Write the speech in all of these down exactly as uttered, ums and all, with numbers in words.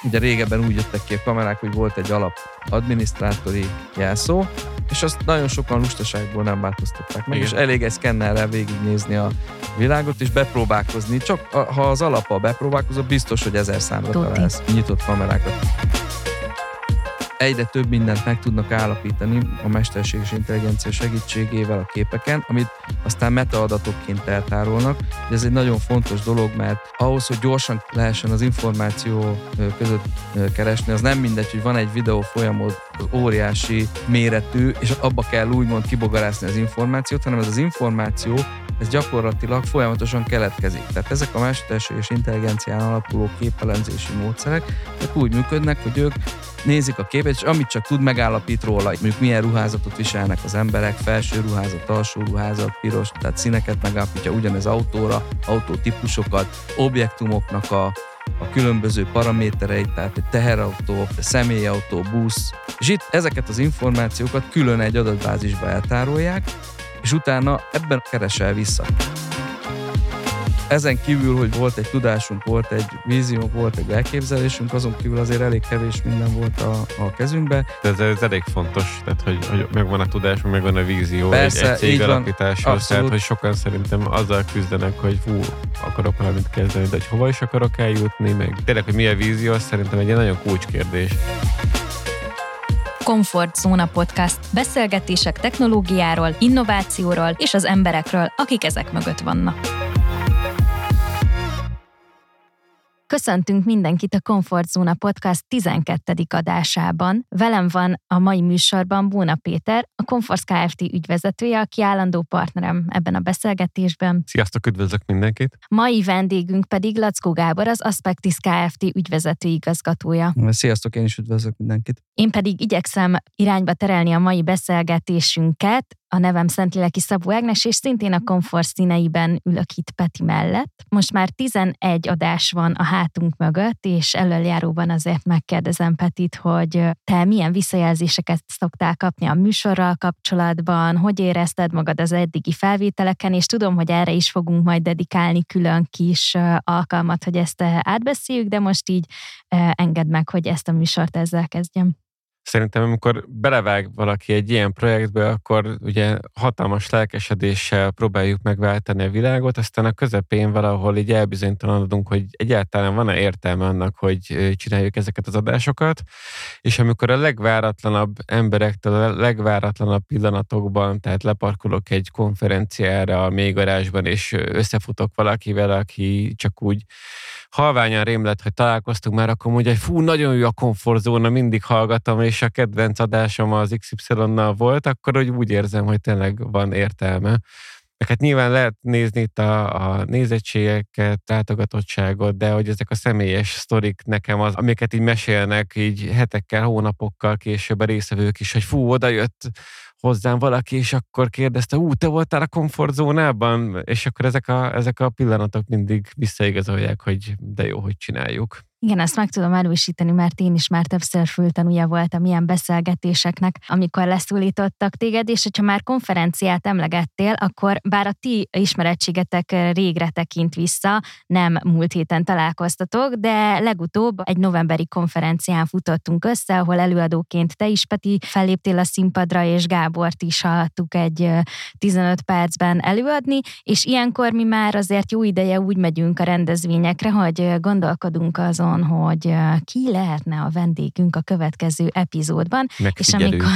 Ugye régebben úgy jöttek ki a kamerák, hogy volt egy alap adminisztrátori jelszó, és azt nagyon sokan lustaságból nem változtatták meg, igen. És elég egy szkennerrel végignézni a világot, és bepróbálkozni. Csak ha az alappal bepróbálkozol, biztos, hogy ezer számra találsz nyitott kamerákat. Egyre több mindent meg tudnak állapítani a mesterséges intelligencia segítségével a képeken, amit aztán metaadatokként eltárolnak. Ez egy nagyon fontos dolog, mert ahhoz, hogy gyorsan lehessen az információ között keresni, az nem mindegy, hogy van egy videó folyamod, óriási méretű, és abba kell úgymond kibogarászni az információt, hanem ez az információ, ez gyakorlatilag folyamatosan keletkezik. Tehát ezek a mesterséges intelligencián alapuló képelemzési módszerek úgy működnek, hogy ők nézik a képet, és amit csak tud, megállapít róla, mondjuk milyen ruházatot viselnek az emberek, felső ruházat, alsó ruházat, piros, tehát színeket megállapítja, ugyanez autóra, autótípusokat, objektumoknak a, a különböző paramétereit, tehát egy teherautó, egy személyautó, busz, és itt ezeket az információkat külön egy adatbázisba eltárolják, és utána ebben keresel vissza. Ezen kívül, hogy volt egy tudásunk, volt egy víziónk, volt egy elképzelésünk, azon kívül azért elég kevés minden volt a, a kezünkbe. Ez, ez elég fontos, tehát hogy, hogy megvan a tudás, megvan a vízió, persze, egy, egy cég alapításhoz, tehát hogy sokan szerintem azzal küzdenek, hogy fú, akarok valamit kezdeni, de hogy hova is akarok eljutni, meg tényleg, hogy mi a vízió, az szerintem egy nagyon kulcskérdés. Komfortzóna Podcast. Beszélgetések technológiáról, innovációról és az emberekről, akik ezek mögött vannak. Köszöntünk mindenkit a Komfortzóna Podcast tizenkettedik adásában. Velem van a mai műsorban Bóna Péter, a Comforts Kft. Ügyvezetője, aki állandó partnerem ebben a beszélgetésben. Sziasztok, üdvözlök mindenkit! Mai vendégünk pedig Laczkó Gábor, az Aspectis Kft. Ügyvezető igazgatója. Sziasztok, én is üdvözlök mindenkit! Én pedig igyekszem irányba terelni a mai beszélgetésünket. A nevem Szentléleki Szabó Ágnes, és szintén a Komfort színeiben ülök itt Peti mellett. Most már tizenegy adás van a hátunk mögött, és elöljáróban azért megkérdezem Petit, hogy te milyen visszajelzéseket szoktál kapni a műsorral kapcsolatban, hogy érezted magad az eddigi felvételeken, és tudom, hogy erre is fogunk majd dedikálni külön kis alkalmat, hogy ezt átbeszéljük, de most így engedd meg, hogy ezt a műsort ezzel kezdjem. Szerintem, amikor belevág valaki egy ilyen projektbe, akkor ugye hatalmas lelkesedéssel próbáljuk megváltani a világot, aztán a közepén valahol így elbizonytalanodunk, hogy egyáltalán van-e értelme annak, hogy csináljuk ezeket az adásokat, és amikor a legváratlanabb emberektől, a legváratlanabb pillanatokban, tehát leparkolok egy konferenciára a mélygarázsban, és összefutok valakivel, aki csak úgy halványan rém lett, hogy találkoztunk már, akkor mondja, hogy fú, nagyon jó a komfortzóna, mindig hallgatom, és a kedvenc adásom az iksz ipszilonnal volt, akkor hogy úgy érzem, hogy tényleg van értelme. Meg hát nyilván lehet nézni itt a, a nézettségeket, látogatottságot, de hogy ezek a személyes sztorik nekem az, amiket így mesélnek így hetekkel, hónapokkal később a részvevők is, hogy fú, oda jött hozzám valaki, és akkor kérdezte, ú, te voltál a komfortzónában? És akkor ezek a, ezek a pillanatok mindig visszaigazolják, hogy de jó, hogy csináljuk. Igen, ezt meg tudom erősíteni, mert én is már többször fültanúja voltam ilyen beszélgetéseknek, amikor leszólítottak téged, és hogyha már konferenciát emlegettél, akkor bár a ti ismerettségetek régre tekint vissza, nem múlt héten találkoztatok, de legutóbb egy novemberi konferencián futottunk össze, ahol előadóként te is, Peti, felléptél a színpadra, és Gábort is hallottuk egy tizenöt percben előadni, és ilyenkor mi már azért jó ideje úgy megyünk a rendezvényekre, hogy gondolkodunk azon, hogy ki lehetne a vendégünk a következő epizódban. Megfigyelő. És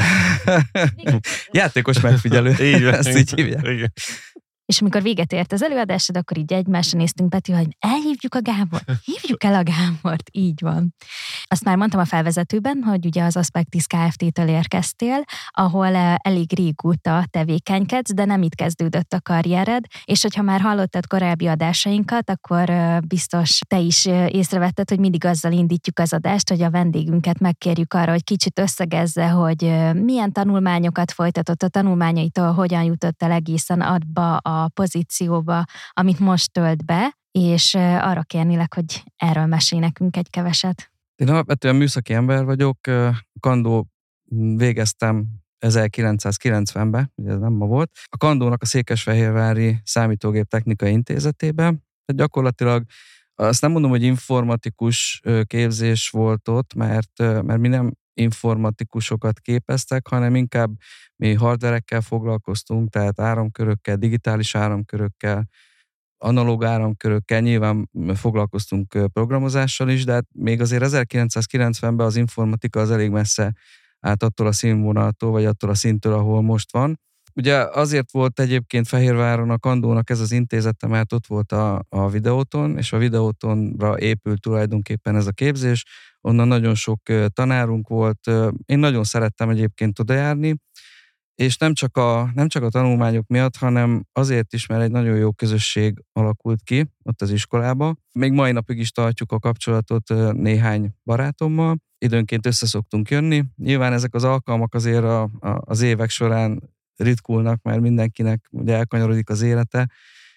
amikor... Játékos megfigyelő. Így van. Ezt így hívják. Igen. És amikor véget ért az előadásod, akkor így egymásra néztünk, Peti, hogy elhívjuk a Gábort, hívjuk el a Gábort, így van. Azt már mondtam a felvezetőben, hogy ugye az Aspectis Kft-től érkeztél, ahol elég régóta tevékenykedsz, de nem itt kezdődött a karriered, és hogyha már hallottad korábbi adásainkat, akkor biztos te is észrevetted, hogy mindig azzal indítjuk az adást, hogy a vendégünket megkérjük arra, hogy kicsit összegezze, hogy milyen tanulmányokat folytatott, a tanulmányaitól hogyan jutott el egészen abba a a pozícióba, amit most tölt be, és arra kérnélek, hogy erről mesélj nekünk egy keveset. Én alapvetően műszaki ember vagyok, kandó végeztem ezerkilencszázkilencvenben, ugye ez nem ma volt, a kandónak a Székesfehérvári Számítógép Technikai Intézetében, tehát gyakorlatilag azt nem mondom, hogy informatikus képzés volt ott, mert, mert mi nem informatikusokat képeztek, hanem inkább mi hardverekkel foglalkoztunk, tehát áramkörökkel, digitális áramkörökkel, analóg áramkörökkel, nyilván foglalkoztunk programozással is, de hát még azért ezerkilencszázkilencvenben az informatika az elég messze állt attól a színvonaltól, vagy attól a szinttől, ahol most van. Ugye azért volt egyébként Fehérváron a Kandónak ez az intézete, mert ott volt a, a Videóton, és a Videótonra épült tulajdonképpen ez a képzés. Onnan nagyon sok tanárunk volt. Én nagyon szerettem egyébként oda járni, és nem csak a, nem csak a tanulmányok miatt, hanem azért is, mert egy nagyon jó közösség alakult ki ott az iskolába. Még mai napig is tartjuk a kapcsolatot néhány barátommal. Időnként össze szoktunk jönni. Nyilván ezek az alkalmak azért a, a, az évek során ritkulnak, mert mindenkinek ugye elkanyarodik az élete,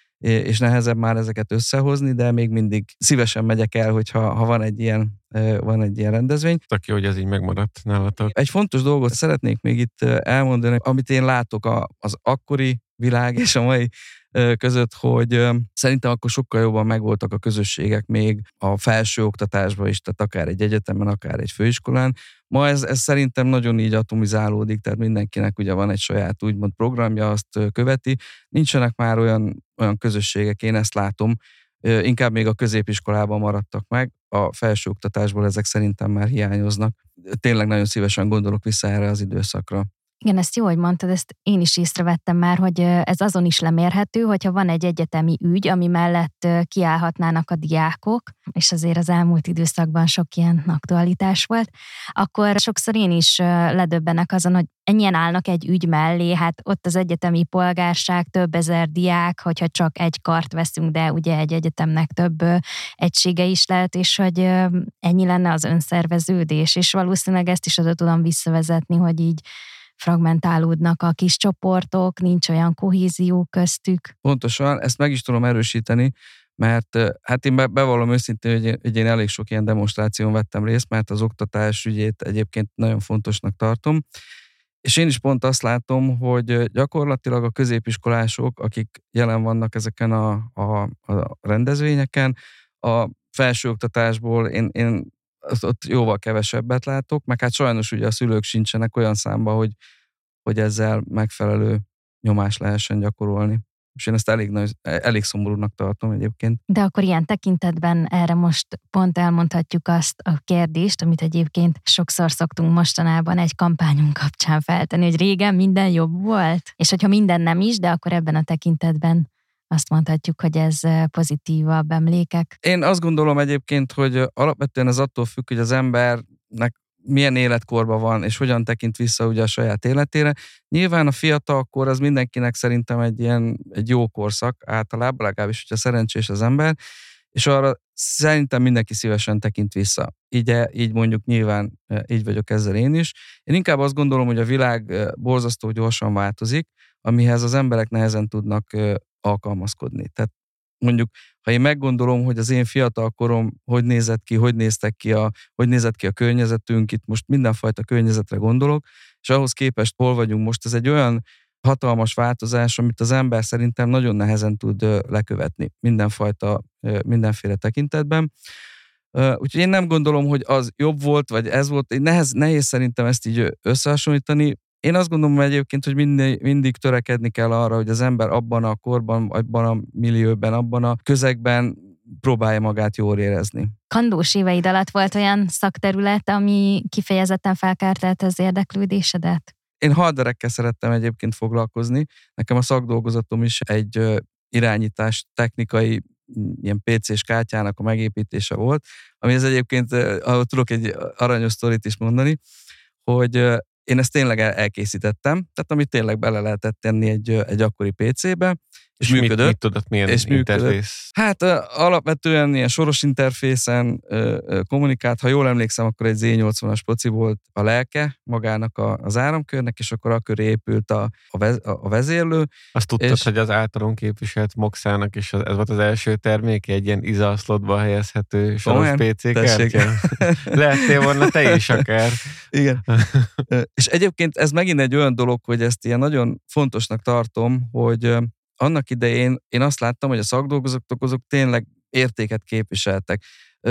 és nehezebb már ezeket összehozni, de még mindig szívesen megyek el, hogyha ha van egy ilyen, van egy ilyen rendezvény. Aki, hogy ez így megmaradt nálatok. Egy fontos dolgot szeretnék még itt elmondani, amit én látok az akkori világ és a mai között, hogy szerintem akkor sokkal jobban megvoltak a közösségek még a felső oktatásban is, tehát akár egy egyetemen, akár egy főiskolán. Ma ez, ez szerintem nagyon így atomizálódik, tehát mindenkinek ugye van egy saját úgymond programja, azt követi. Nincsenek már olyan, olyan közösségek, én ezt látom, inkább még a középiskolában maradtak meg, a felsőoktatásból ezek szerintem már hiányoznak. Tényleg nagyon szívesen gondolok vissza erre az időszakra. Igen, ezt jó, hogy mondtad, ezt én is észrevettem már, hogy ez azon is lemérhető, hogyha van egy egyetemi ügy, ami mellett kiállhatnának a diákok, és azért az elmúlt időszakban sok ilyen aktualitás volt, akkor sokszor én is ledöbbenek azon, hogy ennyien állnak egy ügy mellé, hát ott az egyetemi polgárság, több ezer diák, hogyha csak egy kart veszünk, de ugye egy egyetemnek több egysége is lehet, és hogy ennyi lenne az önszerveződés, és valószínűleg ezt is oda tudom visszavezetni, hogy így fragmentálódnak a kis csoportok, nincs olyan kohézió köztük. Pontosan, ezt meg is tudom erősíteni, mert hát én bevallom őszintén, hogy én, hogy én elég sok ilyen demonstráción vettem részt, mert az oktatás ügyét egyébként nagyon fontosnak tartom, és én is pont azt látom, hogy gyakorlatilag a középiskolások, akik jelen vannak ezeken a, a, a rendezvényeken, a felsőoktatásból én, én ott jóval kevesebbet látok, meg hát sajnos ugye a szülők sincsenek olyan számba, hogy, hogy ezzel megfelelő nyomást lehessen gyakorolni. És én ezt elég, nagy, elég szomorúnak tartom egyébként. De akkor ilyen tekintetben erre most pont elmondhatjuk azt a kérdést, amit egyébként sokszor szoktunk mostanában egy kampányunk kapcsán feltenni, hogy régen minden jobb volt, és hogyha minden nem is, de akkor ebben a tekintetben azt mondhatjuk, hogy ez pozitívabb emlékek. Én azt gondolom egyébként, hogy alapvetően ez attól függ, hogy az embernek milyen életkorban van, és hogyan tekint vissza ugye a saját életére. Nyilván a fiatalkor az mindenkinek szerintem egy ilyen egy jó korszak, általában legalábbis, hogyha szerencsés az ember, és arra szerintem mindenki szívesen tekint vissza. Így, így mondjuk nyilván így vagyok ezzel én is. Én inkább azt gondolom, hogy a világ borzasztó gyorsan változik, amihez az emberek nehezen tudnak alkalmazkodni. Tehát mondjuk, ha én meggondolom, hogy az én fiatal korom hogy nézett ki, hogy néztek ki a, hogy nézett ki a környezetünk, itt most mindenfajta környezetre gondolok, és ahhoz képest hol vagyunk most, ez egy olyan hatalmas változás, amit az ember szerintem nagyon nehezen tud lekövetni mindenfajta, mindenféle tekintetben. Úgyhogy én nem gondolom, hogy az jobb volt, vagy ez volt, nehez, nehéz szerintem ezt így összehasonlítani. Én azt gondolom egyébként, hogy mindig, mindig törekedni kell arra, hogy az ember abban a korban, abban a millióben, abban a közegben próbálja magát jól érezni. Kandós éveid alatt volt olyan szakterület, ami kifejezetten felkeltette az érdeklődésedet? Én hardverekkel szerettem egyébként foglalkozni. Nekem a szakdolgozatom is egy irányítás technikai ilyen pé cés kártyának a megépítése volt, ami ez egyébként, ahol tudok egy aranyos sztorit is mondani, hogy én ezt tényleg elkészítettem, tehát amit tényleg bele lehetett tenni egy, egy akkori pé cébe, és, és működött. Mit, mit tudott, milyen és interfész? Hát alapvetően ilyen soros interfészen kommunikált, ha jól emlékszem, akkor egy zé nyolcvanas proci volt a lelke magának a, az áramkörnek, és akkor a köré épült a, a, vez, a vezérlő. Azt tudtad, és... hogy az általunk képviselt Moxának is ez volt az első terméke, egy ilyen izaszlotba helyezhető soros pé cé kártya. Lehettél volna te is akár. Igen. És egyébként ez megint egy olyan dolog, hogy ezt ilyen nagyon fontosnak tartom, hogy annak idején én azt láttam, hogy a szakdolgozatok azok tényleg értéket képviseltek.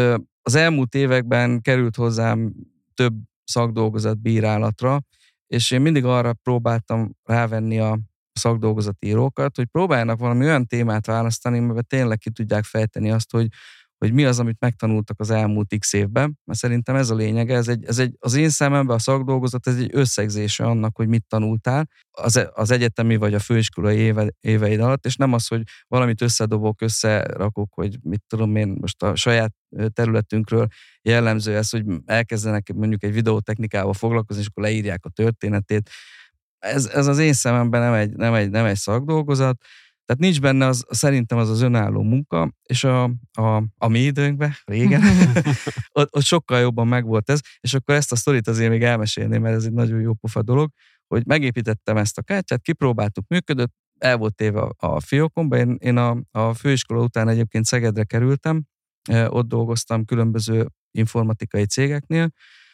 Az elmúlt években került hozzám több szakdolgozat bírálatra, és én mindig arra próbáltam rávenni a szakdolgozati írókat, hogy próbáljanak valami olyan témát választani, mert tényleg ki tudják fejteni azt, hogy, hogy mi az, amit megtanultak az elmúlt x évben, mert szerintem ez a lényege, ez egy, ez egy, az én szememben a szakdolgozat, ez egy összegzése annak, hogy mit tanultál az, az egyetemi vagy a főiskolai éve, éveid alatt, és nem az, hogy valamit összedobok, összerakok, hogy mit tudom én, most a saját területünkről jellemző ez, hogy elkezdenek mondjuk egy videótechnikával foglalkozni, és akkor leírják a történetét. Ez, ez az én szememben nem egy, nem egy, nem egy szakdolgozat, tehát nincs benne az, szerintem az az önálló munka, és a, a, a mi időnkben, régen, ott, ott sokkal jobban megvolt ez, és akkor ezt a sztorit azért még elmesélném, mert ez egy nagyon jó pofa dolog, hogy megépítettem ezt a kártyát, kipróbáltuk, működött, el volt téve a, a fiókomba, én, én a, a főiskola után egyébként Szegedre kerültem, ott dolgoztam különböző informatikai cégeknél,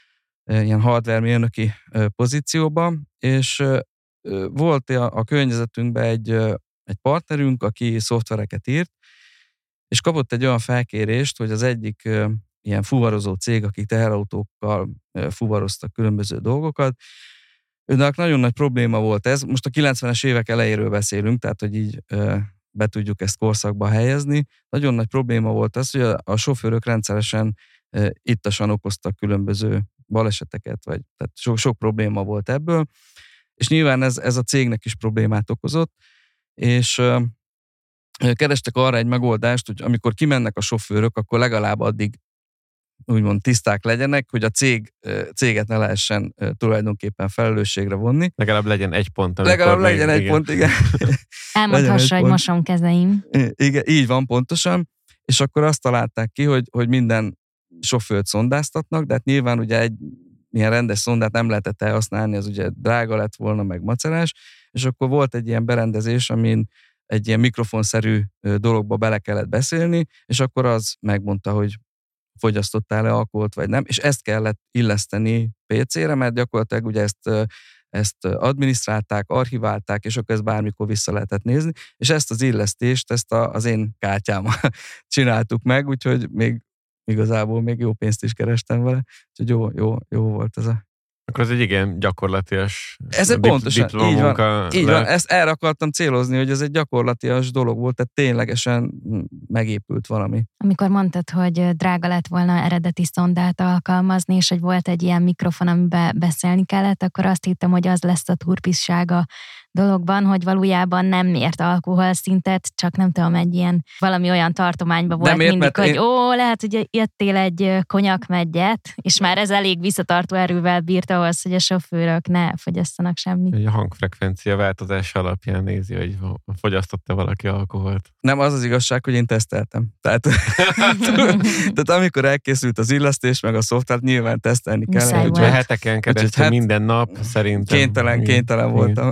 ilyen hardware mérnöki pozícióban, és volt a, a környezetünkben egy, egy partnerünk, aki szoftvereket írt, és kapott egy olyan felkérést, hogy az egyik ilyen fuvarozó cég, akik teherautókkal fuvaroztak különböző dolgokat, őnek nagyon nagy probléma volt ez. Most a kilencvenes évek elejéről beszélünk, tehát hogy így be tudjuk ezt korszakba helyezni. Nagyon nagy probléma volt az, hogy a, a sofőrök rendszeresen ittasan okoztak különböző baleseteket, vagy tehát sok, sok probléma volt ebből, és nyilván ez, ez a cégnek is problémát okozott, és uh, kerestek arra egy megoldást, hogy amikor kimennek a sofőrök, akkor legalább addig úgymond tiszták legyenek, hogy a cég, céget ne lehessen tulajdonképpen felelősségre vonni. Legalább legyen egy pont. Legalább legyen még, egy igen. pont, igen. Elmondhassa, hogy mosom kezeim. Igen, így van pontosan, és akkor azt találták ki, hogy, hogy minden sofőrt szondáztatnak, de hát nyilván ugye egy ilyen rendes szondát nem lehetett elhasználni, az ugye drága lett volna, meg macerás, és akkor volt egy ilyen berendezés, amin egy ilyen mikrofonszerű dologba bele kellett beszélni, és akkor az megmondta, hogy fogyasztottál-e alkoholt, vagy nem, és ezt kellett illeszteni pé cére, mert gyakorlatilag ugye ezt, ezt adminisztrálták, archiválták, és akkor ezt bármikor vissza lehetett nézni, és ezt az illesztést, ezt a, az én kártyámmal csináltuk meg, úgyhogy még igazából még jó pénzt is kerestem vele, úgyhogy jó, jó, jó volt ez a... Akkor ez egy igen gyakorlatias ez egy pontosan, így van, így van, ezt erre akartam célozni, hogy ez egy gyakorlatias dolog volt, tehát ténylegesen megépült valami. Amikor mondtad, hogy drága lett volna eredeti szondát alkalmazni, és hogy volt egy ilyen mikrofon, amiben beszélni kellett, akkor azt hittem, hogy az lesz a turpissága dologban, hogy valójában nem mért alkoholszintet, csak nem tudom, egy ilyen valami olyan tartományban volt ért, mindig, hogy én... ó, lehet, hogy jöttél egy konyakmegyet, és már ez elég visszatartó erővel bírt ahhoz, hogy a sofőrök ne fogyasszanak semmit. A hangfrekvencia változása alapján nézi, hogy fogyasztott-e valaki alkoholt. Nem, az az igazság, hogy én teszteltem. Tehát, tehát amikor elkészült az illesztés, meg a szoftvert, nyilván tesztelni kell. Úgyhogy heteken keresztül hát, minden nap szerintem. Kénytelen, kénytelen voltam.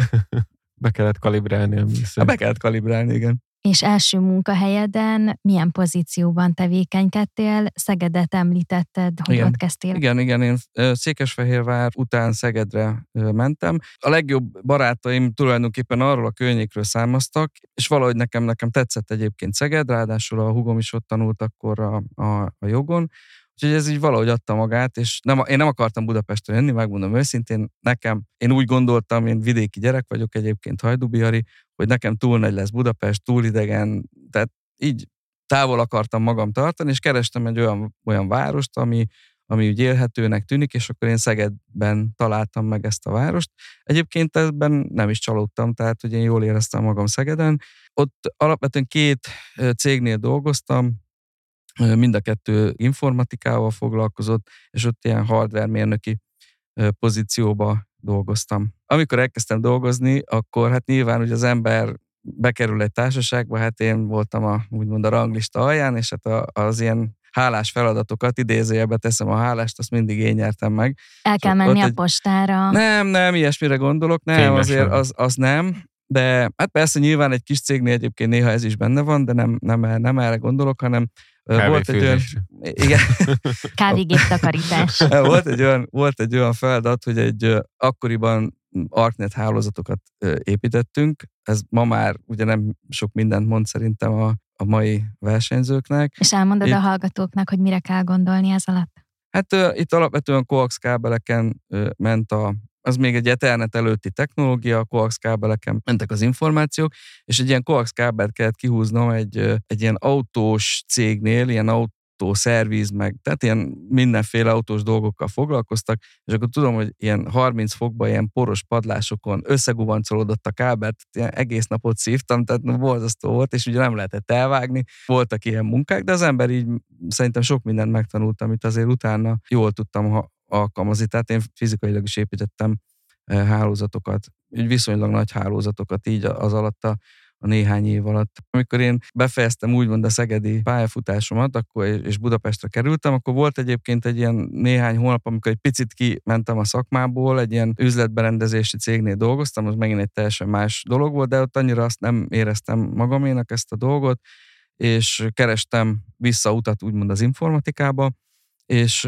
Be kellett kalibrálni a műszert. Be kellett kalibrálni, igen. És első munkahelyeden milyen pozícióban tevékenykedtél? Szegedet említetted, hogy igen. ott kezdtél. Igen, igen, én Székesfehérvár után Szegedre mentem. A legjobb barátaim tulajdonképpen arról a környékről származtak, és valahogy nekem, nekem tetszett egyébként Szeged, ráadásul a húgom is ott tanult akkor a, a, a jogon. Úgyhogy ez így valahogy adta magát, és nem, én nem akartam Budapestre jönni, megmondom őszintén, nekem, én úgy gondoltam, én vidéki gyerek vagyok egyébként, hajdubihari, hogy nekem túl nagy lesz Budapest, túl idegen, tehát így távol akartam magam tartani, és kerestem egy olyan, olyan várost, ami, ami úgy élhetőnek tűnik, és akkor én Szegedben találtam meg ezt a várost. Egyébként ebben nem is csalódtam, tehát hogy én jól éreztem magam Szegeden. Ott alapvetően két cégnél dolgoztam, mind a kettő informatikával foglalkozott, és ott ilyen hardware mérnöki pozícióba dolgoztam. Amikor elkezdtem dolgozni, akkor hát nyilván, hogy az ember bekerül egy társaságba, hát én voltam a, úgymond a ranglista alján, és hát a, az ilyen hálás feladatokat, idézőjelbe teszem a hálást, azt mindig én nyertem meg. El kell menni a postára. Nem, nem, ilyesmire gondolok, nem, Fényesen. azért az, az nem, de hát persze nyilván egy kis cégnél egyébként néha ez is benne van, de nem, nem, nem erre gondolok, hanem volt egy olyan, igen. Kávégép takarítás. volt, egy olyan, volt egy olyan feladat, hogy egy akkoriban ArcNet hálózatokat építettünk. Ez ma már ugye nem sok mindent mond szerintem a, a mai versenyzőknek. És elmondod Itt, a hallgatóknak, hogy mire kell gondolni ez alatt? Hát uh, itt alapvetően coax kábeleken uh, ment a, az még egy Ethernet előtti technológia, a coax kábeleken mentek az információk, és egy ilyen coax kábelt kellett kihúznom egy, uh, egy ilyen autós cégnél, ilyen autószerviz, meg, tehát ilyen mindenféle autós dolgokkal foglalkoztak, és akkor tudom, hogy ilyen harminc fokban ilyen poros padlásokon összegubancolódott a kábelt, ilyen egész napot szívtam, tehát borzasztó volt, és ugye nem lehetett elvágni. Voltak ilyen munkák, de az ember így szerintem sok mindent megtanult, amit azért utána jól tudtam alkalmazni. Tehát én fizikailag is építettem hálózatokat, így viszonylag nagy hálózatokat így az alatt a a néhány év alatt. Amikor én befejeztem úgymond a szegedi pályafutásomat, akkor, és Budapestre kerültem, akkor volt egyébként egy ilyen néhány hónap, amikor egy picit kimentem a szakmából, egy ilyen üzletberendezési cégnél dolgoztam, az megint egy teljesen más dolog volt, de ott annyira azt nem éreztem magaménak ezt a dolgot, és kerestem vissza utat úgymond az informatikába, és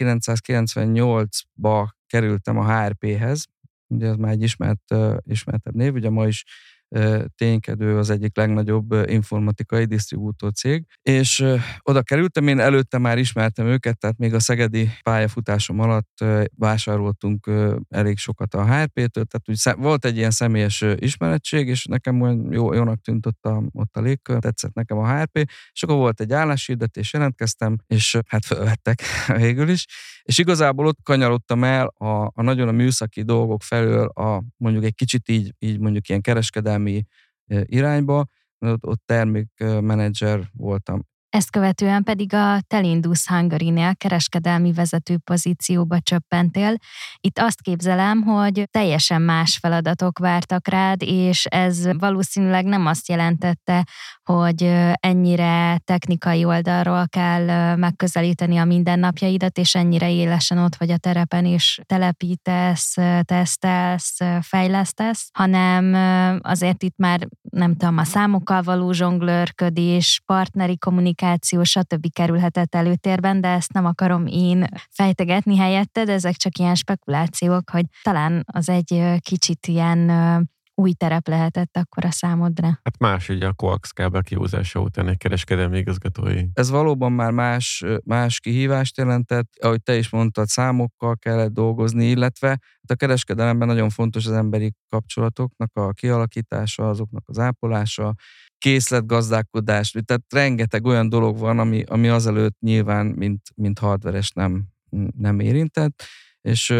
ezerkilencszázkilencvennyolcba kerültem a há er péhez, ugye ez már egy ismert, uh, ismertebb név, ugye ma is ténykedő az egyik legnagyobb informatikai disztribútor cég, és oda kerültem, én előtte már ismertem őket, tehát még a szegedi pályafutásom alatt vásároltunk elég sokat a há er pétől, tehát úgy volt egy ilyen személyes ismerettség, és nekem olyan jó, jónak tűnt ott a, ott a légkör, tetszett nekem a há er pé, és akkor volt egy álláshirdetés, jelentkeztem, és hát felvettek végül is, és igazából ott kanyarodtam el a, a nagyon a műszaki dolgok felől, a mondjuk egy kicsit így, így mondjuk ilyen kereskedelmi irányba, ott, ott termékmenedzser voltam. Ezt követően pedig a Telindus Hungary-nél kereskedelmi vezető pozícióba csöppentél. Itt azt képzelem, hogy teljesen más feladatok vártak rád, és ez valószínűleg nem azt jelentette, hogy ennyire technikai oldalról kell megközelíteni a mindennapjaidat, és ennyire élesen ott vagy a terepen is telepítesz, tesztelsz, fejlesztesz, hanem azért itt már nem tudom, a számokkal való zsonglőrködés, partneri kommunikáció, stb. Kerülhetett előtérben, de ezt nem akarom én fejtegetni helyetted, ezek csak ilyen spekulációk, hogy talán az egy kicsit ilyen új terep lehetett akkor a számodra. Hát más ugye a coax kábel kihúzása után egy kereskedelmi igazgatói. Ez valóban már más, más kihívást jelentett, ahogy te is mondtad, számokkal kellett dolgozni, illetve a kereskedelemben nagyon fontos az emberi kapcsolatoknak a kialakítása, azoknak az ápolása, készletgazdálkodás, tehát rengeteg olyan dolog van, ami, ami azelőtt nyilván, mint, mint hardveres nem, nem érintett, és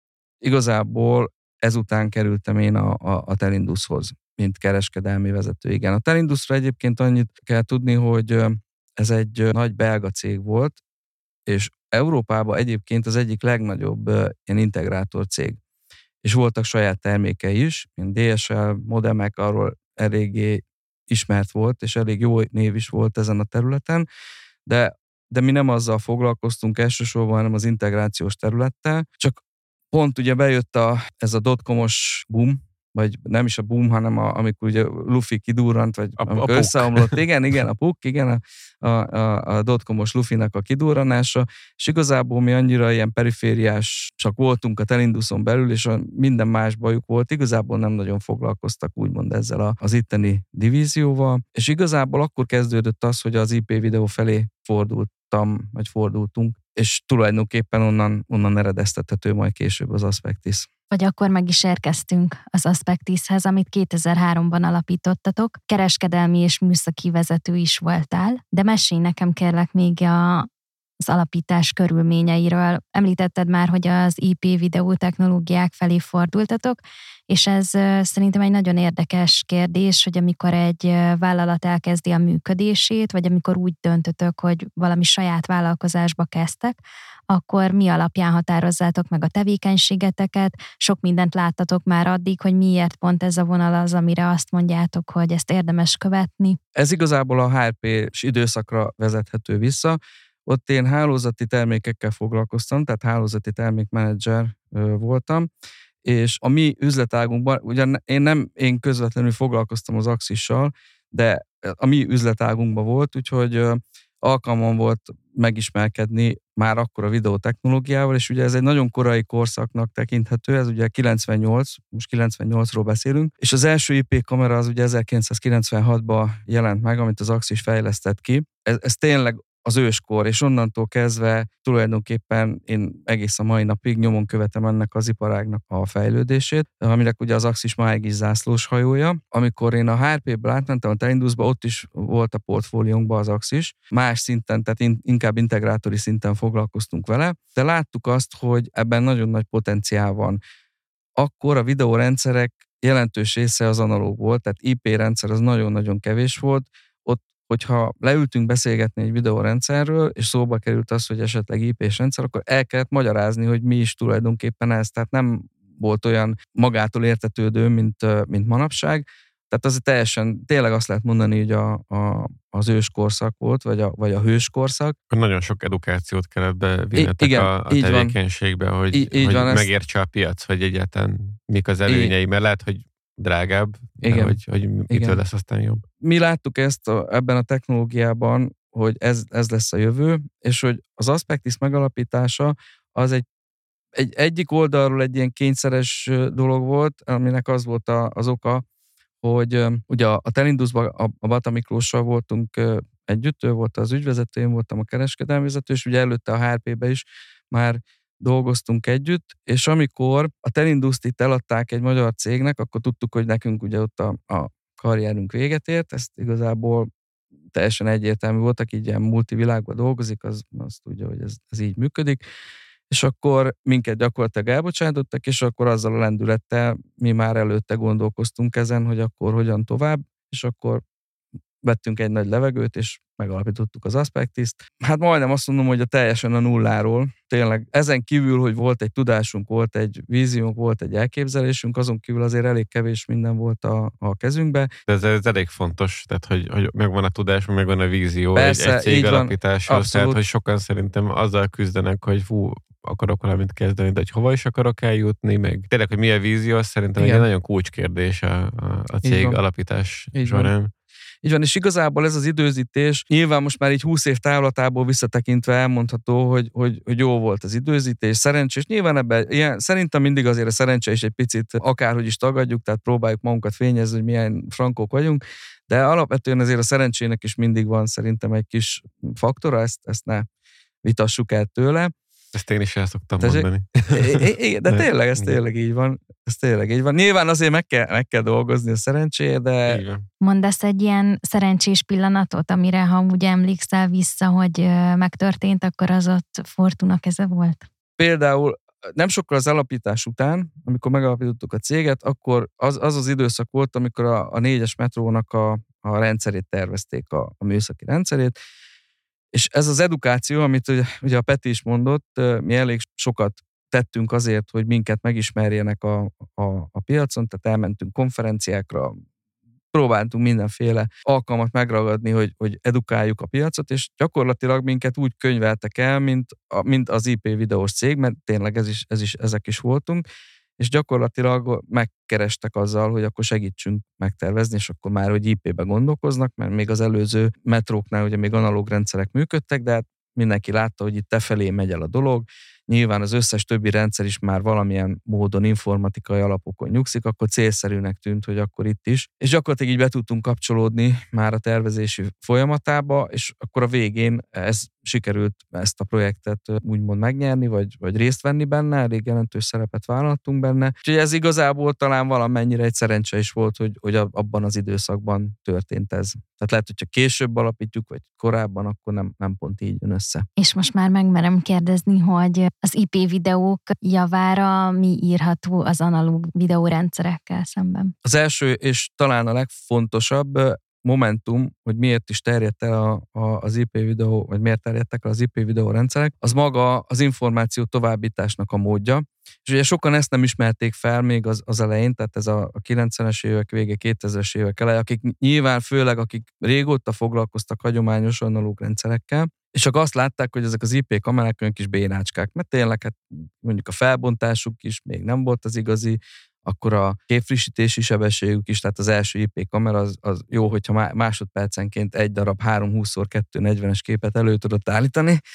igazából ezután kerültem én a, a, a Telindushoz, mint kereskedelmi vezető. Igen, a Telindusra egyébként annyit kell tudni, hogy ez egy nagy belga cég volt, és Európában egyébként az egyik legnagyobb ilyen integrátor cég. És voltak saját termékei is, mint dé es el, modemek, arról eléggé ismert volt, és elég jó név is volt ezen a területen, de, de mi nem azzal foglalkoztunk elsősorban, hanem az integrációs területtel, csak pont ugye bejött a, ez a dotcomos boom, vagy nem is a boom, hanem a, amikor ugye Luffy kidurrant, vagy a, amikor a összeomlott. Igen, igen, a puk, igen, a, a, a dotcomos Luffynak a kidurranása, és igazából mi annyira ilyen perifériás csak voltunk a Telinduson belül, és a minden más bajuk volt, igazából nem nagyon foglalkoztak úgymond ezzel a, az itteni divízióval, és igazából akkor kezdődött az, hogy az i pé videó felé fordultam, vagy fordultunk, és tulajdonképpen onnan, onnan eredeztethető majd később az Aspectis. Vagy akkor meg is érkeztünk az Aspectishez, amit kétezer-háromban alapítottatok. Kereskedelmi és műszaki vezető is voltál, de mesélj nekem kérlek még a, az alapítás körülményeiről. Említetted már, hogy az i pé videó technológiák felé fordultatok, és ez szerintem egy nagyon érdekes kérdés, hogy amikor egy vállalat elkezdi a működését, vagy amikor úgy döntötök, hogy valami saját vállalkozásba kezdtek, akkor mi alapján határozzátok meg a tevékenységeteket, sok mindent láttatok már addig, hogy miért pont ez a vonal az, amire azt mondjátok, hogy ezt érdemes követni. Ez igazából a há er pés időszakra vezethető vissza. Ott én hálózati termékekkel foglalkoztam, tehát hálózati termékmenedzser voltam, és a mi üzletágunkban, ugyan én nem én közvetlenül foglalkoztam az Axissal, de a mi üzletágunkban volt, úgyhogy alkalmam volt megismerkedni már akkor a videótechnológiával, és ugye ez egy nagyon korai korszaknak tekinthető, ez ugye kilencvennyolc, most kilencvennyolcról beszélünk, és az első i pé kamera az ugye ezerkilencszázkilencvenhatban jelent meg, amit az Axis fejlesztett ki. Ez, ez tényleg az őskor, és onnantól kezdve tulajdonképpen én egész a mai napig nyomon követem ennek az iparágnak a fejlődését, aminek ugye az Axis máig is zászlós hajója. Amikor én a há er pé-ből átmentem a Telindusba, ott is volt a portfóliónkban az Axis. Más szinten, tehát inkább integrátori szinten foglalkoztunk vele, de láttuk azt, hogy ebben nagyon nagy potenciál van. Akkor a videórendszerek jelentős része az analóg volt, tehát i pé rendszer az nagyon-nagyon kevés volt. Ott, hogyha leültünk beszélgetni egy videórendszerről, és szóba került az, hogy esetleg i pés rendszer, akkor el kellett magyarázni, hogy mi is tulajdonképpen ez. Tehát nem volt olyan magától értetődő, mint, mint manapság. Tehát az teljesen, tényleg azt lehet mondani, hogy a, a, az őskorszak volt, vagy a, vagy a hőskorszak. Nagyon sok edukációt kellett bevinnetek igen, a, a tevékenységbe, van. hogy, így, így hogy van, megértse a piac, hogy egyáltalán mik az előnyei, mert lehet, hogy drágább, de hogy, hogy mitől lesz aztán jobb. Mi láttuk ezt a, ebben a technológiában, hogy ez, ez lesz a jövő, és hogy az Aspectis megalapítása az egy, egy egyik oldalról egy ilyen kényszeres dolog volt, aminek az volt a, az oka, hogy ugye a Telindusban a, a Bata Miklóssal voltunk együtt, ő volt az ügyvezető, én voltam a kereskedelmi vezető, és ugye előtte a há er pé-be is már dolgoztunk együtt, és amikor a Telindust itt eladták egy magyar cégnek, akkor tudtuk, hogy nekünk ugye ott a, a karrierünk véget ért, ezt igazából teljesen egyértelmű volt, aki így ilyen multivilágban dolgozik, az, az tudja, hogy ez, ez így működik, és akkor minket gyakorlatilag elbocsátottak, és akkor azzal a lendülettel mi már előtte gondolkoztunk ezen, hogy akkor hogyan tovább, és akkor vettünk egy nagy levegőt, és megalapítottuk az Aspectist. Hát majdnem azt mondom, hogy a teljesen a nulláról. Tényleg ezen kívül, hogy volt egy tudásunk, volt egy víziónk, volt egy elképzelésünk, azon kívül azért elég kevés minden volt a, a kezünkbe. De ez, ez elég fontos, tehát hogy, hogy megvan a tudás, megvan a vízió persze, egy, egy cég alapításhoz, tehát hogy sokan szerintem azzal küzdenek, hogy fú, akarok valamit kezdeni, de hogy hova is akarok eljutni, meg tényleg, hogy mi a vízió, az szerintem igen. Egy nagyon kulcskérdés a, a, a cég alapítás így során. Van. Így van, és igazából ez az időzítés, nyilván most már így húsz év távlatából visszatekintve elmondható, hogy, hogy, hogy jó volt az időzítés, szerencsés. Nyilván ebben ilyen, szerintem mindig azért a szerencse is egy picit akárhogy is tagadjuk, tehát próbáljuk magunkat fényezni, hogy milyen frankók vagyunk, de alapvetően azért a szerencsének is mindig van szerintem egy kis faktora, ezt, ezt ne vitassuk el tőle. Ezt én is el szoktam Te mondani. É, de tényleg, ez tényleg így van. Ez tényleg így van. Nyilván azért meg kell, meg kell dolgozni a szerencséért, de... Mondasz egy ilyen szerencsés pillanatot, amire ha úgy emlékszel vissza, hogy megtörtént, akkor az ott Fortuna keze volt? Például nem sokkal az alapítás után, amikor megalapítottuk a céget, akkor az az, az időszak volt, amikor a, a négyes metrónak a, a rendszerét tervezték, a, a műszaki rendszerét, és ez az edukáció, amit ugye, ugye a Peti is mondott, mi elég sokat tettünk azért, hogy minket megismerjenek a, a, a piacon, tehát elmentünk konferenciákra, próbáltunk mindenféle alkalmat megragadni, hogy, hogy edukáljuk a piacot, és gyakorlatilag minket úgy könyveltek el, mint, a, mint az i pé videós cég, mert tényleg ez is, ez is, ezek is voltunk, és gyakorlatilag megkerestek azzal, hogy akkor segítsünk megtervezni, és akkor már, hogy i pé-be gondolkoznak, mert még az előző metróknál ugye még analóg rendszerek működtek, de hát mindenki látta, hogy itt tefelé megy el a dolog. Nyilván az összes többi rendszer is már valamilyen módon informatikai alapokon nyugszik, akkor célszerűnek tűnt, hogy akkor itt is. És gyakorlatilag így be tudtunk kapcsolódni már a tervezési folyamatába, és akkor a végén ez sikerült ezt a projektet úgymond megnyerni, vagy, vagy részt venni benne, elég jelentős szerepet vállaltunk benne. Úgyhogy ez igazából talán valamennyire egy szerencse is volt, hogy, hogy abban az időszakban történt ez. Tehát lehet, hogyha később alapítjuk, vagy korábban, akkor nem, nem pont így jön össze. És most már megmerem kérdezni, hogy az i pé videók javára mi írható az analóg videórendszerekkel szemben? Az első, és talán a legfontosabb momentum, hogy miért is terjedt el a, a, az i pé videó, vagy miért terjedtek el az i pé videó rendszerek, az maga az információ továbbításnak a módja. És ugye sokan ezt nem ismerték fel még az, az elején, tehát ez a, a kilencvenes évek vége, kétezres évek eleje, akik nyilván főleg, akik régóta foglalkoztak hagyományos analóg rendszerekkel, és csak azt látták, hogy ezek az i pé kamerák olyan kis bénácskák, mert tényleg hát mondjuk a felbontásuk is még nem volt az igazi, akkor a képfrissítési sebességük is, tehát az első i pé kamera az, az jó, hogyha másodpercenként egy darab három húsz szor kettő negyvenes képet elő tudott állítani,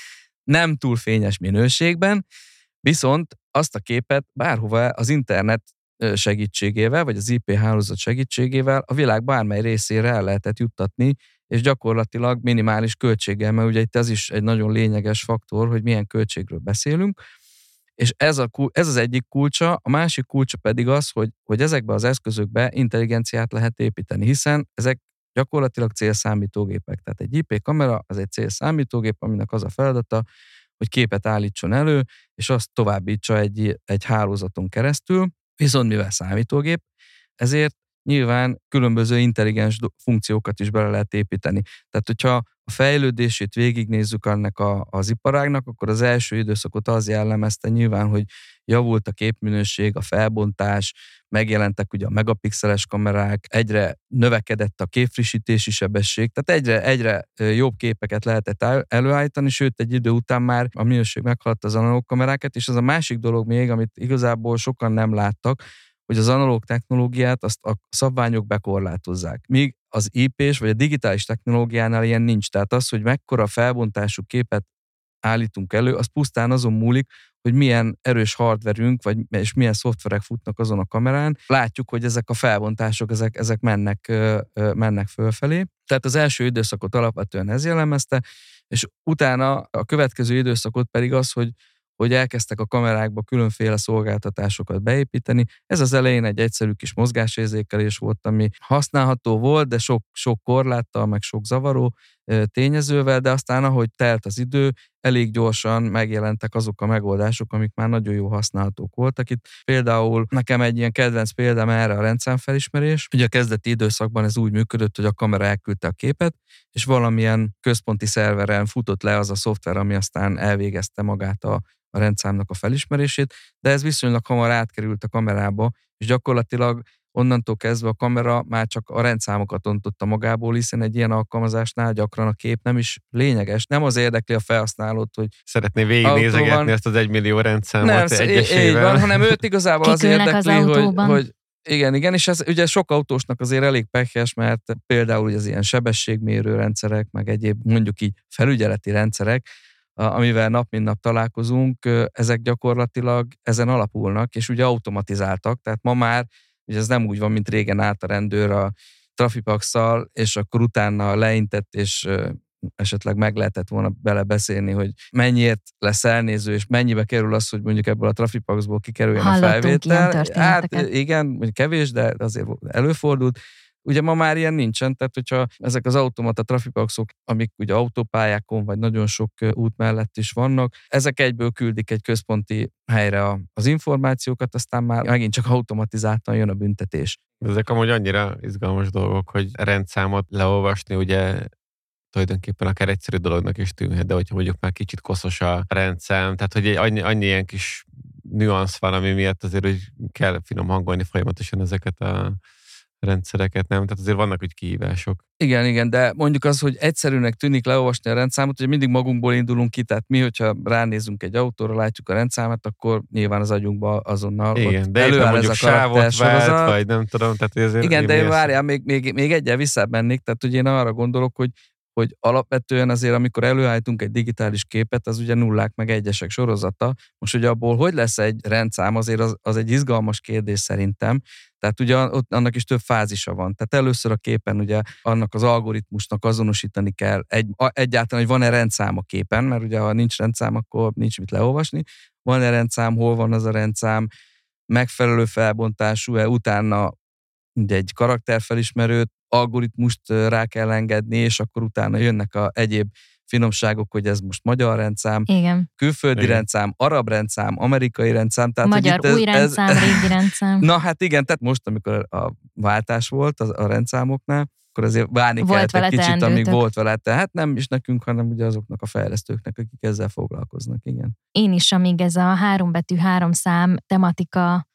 nem túl fényes minőségben, viszont azt a képet bárhova az internet segítségével, vagy az I P hálózat segítségével a világ bármely részére el lehetett juttatni, és gyakorlatilag minimális költséggel, mert ugye itt ez is egy nagyon lényeges faktor, hogy milyen költségről beszélünk, és ez, a, ez az egyik kulcsa, a másik kulcsa pedig az, hogy, hogy ezekbe az eszközökbe intelligenciát lehet építeni, hiszen ezek gyakorlatilag célszámítógépek. Tehát egy I P kamera az egy célszámítógép, aminek az a feladata, hogy képet állítson elő, és azt továbbítsa egy, egy hálózaton keresztül, viszont mivel számítógép, ezért nyilván különböző intelligens funkciókat is bele lehet építeni. Tehát, hogyha a fejlődését végignézzük ennek a, az iparágnak, akkor az első időszakot az jellemezte nyilván, hogy javult a képminőség, a felbontás, megjelentek ugye a megapixeles kamerák, egyre növekedett a képfrissítési sebesség, tehát egyre, egyre jobb képeket lehetett előállítani, sőt egy idő után már a minőség meghaladta az analóg kamerákat, és az a másik dolog még, amit igazából sokan nem láttak, hogy az analóg technológiát azt a szabványok bekorlátozzák. Míg az I P-s vagy a digitális technológiánál ilyen nincs. Tehát az, hogy mekkora felbontású képet állítunk elő, az pusztán azon múlik, hogy milyen erős hardverünk, vagy és milyen szoftverek futnak azon a kamerán. Látjuk, hogy ezek a felbontások, ezek, ezek mennek, mennek fölfelé. Tehát az első időszakot alapvetően ez jellemezte, és utána a következő időszakot pedig az, hogy hogy elkezdtek a kamerákba különféle szolgáltatásokat beépíteni. Ez az elején egy egyszerű kis mozgásérzékelés volt, ami használható volt, de sok, sok korláttal, meg sok zavaró tényezővel, de aztán ahogy telt az idő, elég gyorsan megjelentek azok a megoldások, amik már nagyon jó használhatók voltak. Itt például nekem egy ilyen kedvenc példám erre a rendszámfelismerés. Ugye a kezdeti időszakban ez úgy működött, hogy a kamera elküldte a képet, és valamilyen központi szerveren futott le az a szoftver, ami aztán elvégezte magát a, a rendszámnak a felismerését, de ez viszonylag hamar átkerült a kamerába, és gyakorlatilag onnantól kezdve a kamera már csak a rendszámokat ontotta magából, hiszen egy ilyen alkalmazásnál gyakran a kép nem is lényeges. Nem az érdekli a felhasználót, hogy szeretné végignézegetni autóban ezt az egymillió rendszámot nem, egyesével. Így van, hanem őt igazából az érdekli, az hogy, hogy igen, igen, és ez ugye sok autósnak azért elég pekhes, mert például ugye az ilyen sebességmérő rendszerek, meg egyéb mondjuk így felügyeleti rendszerek, amivel nap mint nap találkozunk, ezek gyakorlatilag ezen alapulnak, és ugye automatizáltak, tehát ma már ugye ez nem úgy van, mint régen állt a rendőr a Trafipax-szal, és akkor utána leintett, és esetleg meg lehetett volna bele beszélni, hogy mennyiért lesz elnéző, és mennyibe kerül az, hogy mondjuk ebből a Trafipaxból kikerüljen Hallottunk a felvétel. Hát igen, kevés, de azért előfordult. Ugye ma már ilyen nincsen, tehát hogyha ezek az automata trafipaxok, amik ugye autópályákon vagy nagyon sok út mellett is vannak, ezek egyből küldik egy központi helyre az információkat, aztán már megint csak automatizáltan jön a büntetés. Ezek amúgy annyira izgalmas dolgok, hogy rendszámot leolvasni, ugye tulajdonképpen akár egyszerű dolognak is tűnhet, de hogyha mondjuk már kicsit koszos a rendszám, tehát hogy egy annyi, annyi ilyen kis nüansz van, ami miatt azért hogy kell finom hangolni folyamatosan ezeket a rendszereket, nem? Tehát azért vannak úgy kihívások. Igen, igen, de mondjuk az, hogy egyszerűnek tűnik leolvasni a rendszámot, hogy mindig magunkból indulunk ki, tehát mi, hogyha ránézünk egy autóra, látjuk a rendszámot, akkor nyilván az agyunkba azonnal igen, de előáll ez a sávot vált, vagy nem tudom, tehát azért... Igen, de várjál, még, még, még egyel visszamennék, tehát hogy én arra gondolok, hogy hogy alapvetően azért, amikor előállítunk egy digitális képet, az ugye nullák meg egyesek sorozata. Most ugye abból hogy lesz egy rendszám, azért az, az egy izgalmas kérdés szerintem. Tehát ugye ott annak is több fázisa van. Tehát először a képen ugye annak az algoritmusnak azonosítani kell egy, egyáltalán, hogy van-e rendszám a képen, mert ugye ha nincs rendszám, akkor nincs mit leolvasni. Van-e rendszám, hol van az a rendszám, megfelelő felbontású-e, utána ugye egy karakterfelismerőt, algoritmust rá kell engedni, és akkor utána jönnek a egyéb finomságok, hogy ez most magyar rendszám, igen. külföldi igen. rendszám, arab rendszám, amerikai rendszám. Tehát, magyar ez, új rendszám, ez, régi rendszám. Na hát igen, tehát most, amikor a váltás volt a, a rendszámoknál, akkor azért várni volt kellett egy kicsit, amíg volt vele. Tehát nem is nekünk, hanem ugye azoknak a fejlesztőknek, akik ezzel foglalkoznak, igen. Én is, amíg ez a hárombetű, három szám tematika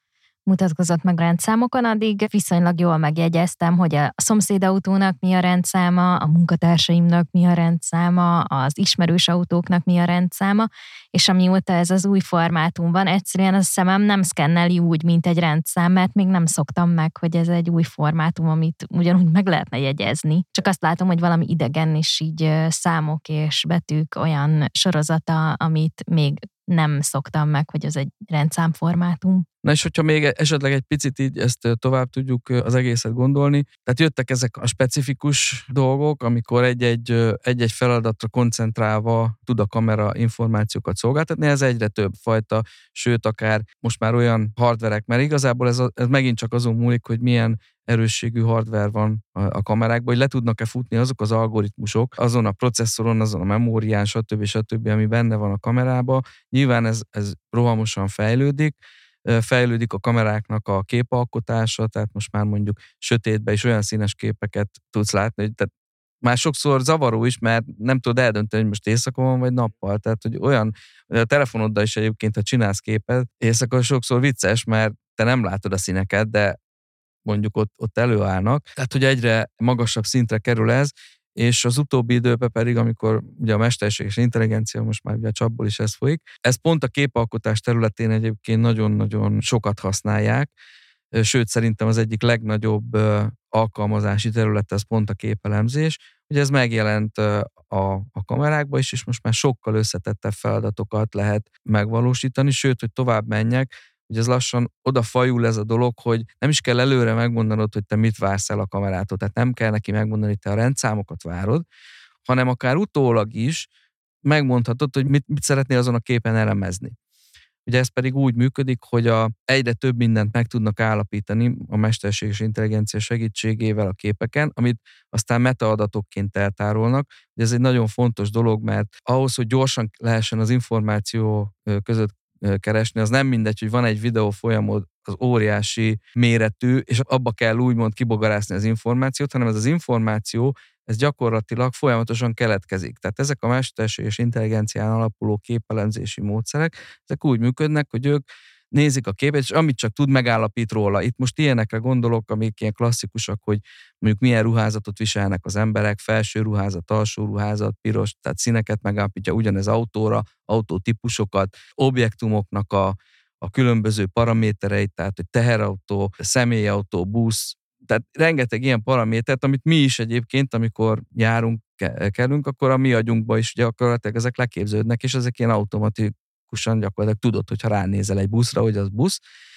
mutatkozott meg rendszámokon, addig viszonylag jól megjegyeztem, hogy a szomszédautónak mi a rendszáma, a munkatársaimnak mi a rendszáma, az ismerős autóknak mi a rendszáma, és amióta ez az új formátum van, egyszerűen a szemem nem szkenneli úgy, mint egy rendszám, mert még nem szoktam meg, hogy ez egy új formátum, amit ugyanúgy meg lehetne jegyezni. Csak azt látom, hogy valami idegen, és így számok és betűk olyan sorozata, amit még nem szoktam meg, hogy ez egy rendszámformátum. Na és hogyha még esetleg egy picit így ezt tovább tudjuk az egészet gondolni, tehát jöttek ezek a specifikus dolgok, amikor egy-egy, egy-egy feladatra koncentrálva tud a kamera információkat szolgáltatni, ez egyre több fajta, sőt akár most már olyan hardverek, mert igazából ez, a, ez megint csak azon múlik, hogy milyen erősségű hardware van a kamerákban, hogy le tudnak-e futni azok az algoritmusok azon a processzoron, azon a memórián, stb. stb., ami benne van a kamerában. Nyilván ez, ez rohamosan fejlődik, fejlődik a kameráknak a képalkotása, tehát most már mondjuk sötétben is olyan színes képeket tudsz látni, hogy tehát már sokszor zavaró is, mert nem tudod eldönteni, hogy most éjszaka van, vagy nappal. Tehát, hogy olyan, a telefonoddal is egyébként, ha csinálsz képet, éjszaka sokszor vicces, mert te nem látod a színeket, de mondjuk ott, ott előállnak. Tehát, hogy egyre magasabb szintre kerül ez, és az utóbbi időben pedig, amikor ugye a mesterséges intelligencia, most már ugye a csapból is ez folyik, ez pont a képalkotás területén egyébként nagyon-nagyon sokat használják, sőt szerintem az egyik legnagyobb alkalmazási terület ez pont a képelemzés. Ugye ez megjelent a, a kamerákban is, és most már sokkal összetettebb feladatokat lehet megvalósítani, sőt, hogy tovább menjek, hogy ez lassan odafajul ez a dolog, hogy nem is kell előre megmondanod, hogy te mit vársz el a kamerától, tehát nem kell neki megmondani, hogy te a rendszámokat várod, hanem akár utólag is megmondhatod, hogy mit, mit szeretnél azon a képen elemezni. Ugye ez pedig úgy működik, hogy a, egyre több mindent meg tudnak állapítani a mesterséges intelligencia segítségével a képeken, amit aztán metaadatokként eltárolnak. Ugye ez egy nagyon fontos dolog, mert ahhoz, hogy gyorsan lehessen az információ között keresni, az nem mindegy, hogy van egy videó folyamod, az óriási méretű, és abba kell úgymond kibogarászni az információt, hanem ez az információ, ez gyakorlatilag folyamatosan keletkezik. Tehát ezek a mesterséges intelligencián alapuló képelemzési módszerek, ezek úgy működnek, hogy ők nézik a képet, és amit csak tud, megállapít róla. Itt most ilyenekre gondolok, amik ilyen klasszikusak, hogy mondjuk milyen ruházatot viselnek az emberek, felső ruházat, alsó ruházat, piros, tehát színeket megállapítja, ugyanez autóra, autótípusokat, objektumoknak a, a különböző paramétereit, tehát hogy teherautó, személyautó, busz, tehát rengeteg ilyen paramétert, amit mi is egyébként, amikor járunk, kerülünk, akkor a mi agyunkba is gyakorlatilag ezek leképződnek, és ezek ilyen automatikusan gyakorlatilag tudod, hogyha ránézel egy buszra, hogy az busz.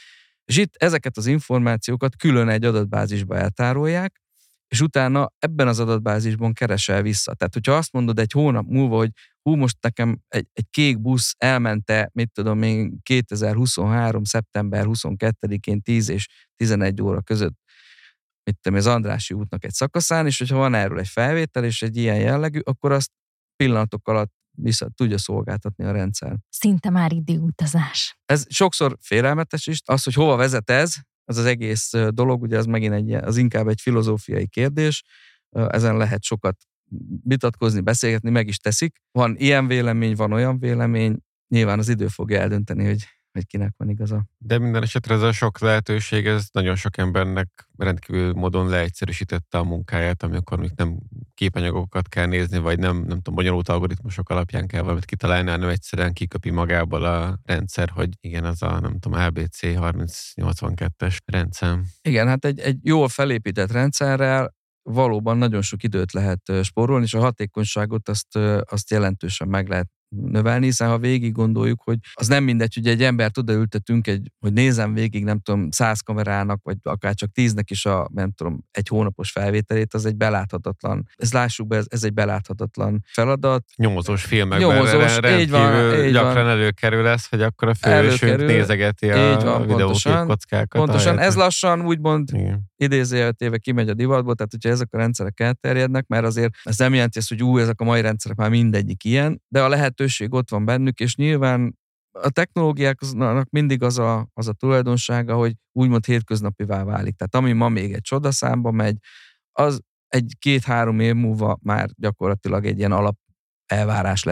És itt ezeket az információkat külön egy adatbázisba eltárolják, és utána ebben az adatbázisban keresel vissza. Tehát, hogyha azt mondod egy hónap múlva, hogy hú, most nekem egy, egy kék busz elmente, mit tudom én, kétezer-huszonhárom. szeptember huszonkettedikén tíz és tizenegy óra között, mit tudom, az Andrássy útnak egy szakaszán, és hogyha van erről egy felvétel, és egy ilyen jellegű, akkor azt pillanatok alatt vissza tudja szolgáltatni a rendszer. Szinte már időutazás. Ez sokszor félelmetes is. Az, hogy hova vezet ez, az az egész dolog, ugye az megint egy, az inkább egy filozófiai kérdés, ezen lehet sokat vitatkozni, beszélgetni, meg is teszik. Van ilyen vélemény, van olyan vélemény, nyilván az idő fogja eldönteni, hogy hogy kinek van igaza. De minden esetre ez a sok lehetőség, ez nagyon sok embernek rendkívül módon leegyszerűsítette a munkáját, amikor még nem képanyagokat kell nézni, vagy nem, nem tudom, bonyolult algoritmusok alapján kell valamit kitalálni, hanem egyszerűen kiköpi magából a rendszer, hogy igen, az a, nem tudom, el bé cé harmincnyolcvankettes rendszer. Igen, hát egy, egy jól felépített rendszerrel valóban nagyon sok időt lehet spórolni, és a hatékonyságot azt, azt jelentősen meg lehet növelni, hiszen ha végig gondoljuk, hogy az nem mindegy, hogy egy embert odaültetünk, egy, hogy nézem végig, nem tudom, száz kamerának, vagy akár csak tíznek is a, nem tudom, egy hónapos felvételét, az egy beláthatatlan, ez lássuk be, ez, ez egy beláthatatlan feladat. Nyomozós filmekben Nyomozós, rendkívül van, gyakran van. előkerül ez, hogy akkor a fősünk nézegeti a videóképkockákat. Pontosan, ez lassan úgymond igen. idézőjeltéve kimegy a divatból, tehát hogyha ezek a rendszerek elterjednek, mert azért ez nem jelenti ezt, hogy ú, ezek a mai rendszerek már mindegyik ilyen, de a lehetőség ott van bennük, és nyilván a technológiáknak mindig az a, az a tulajdonsága, hogy úgymond hétköznapivá válik. Tehát ami ma még egy csodaszámba megy, az egy két-három év múlva már gyakorlatilag egy ilyen alap elvárás lesz.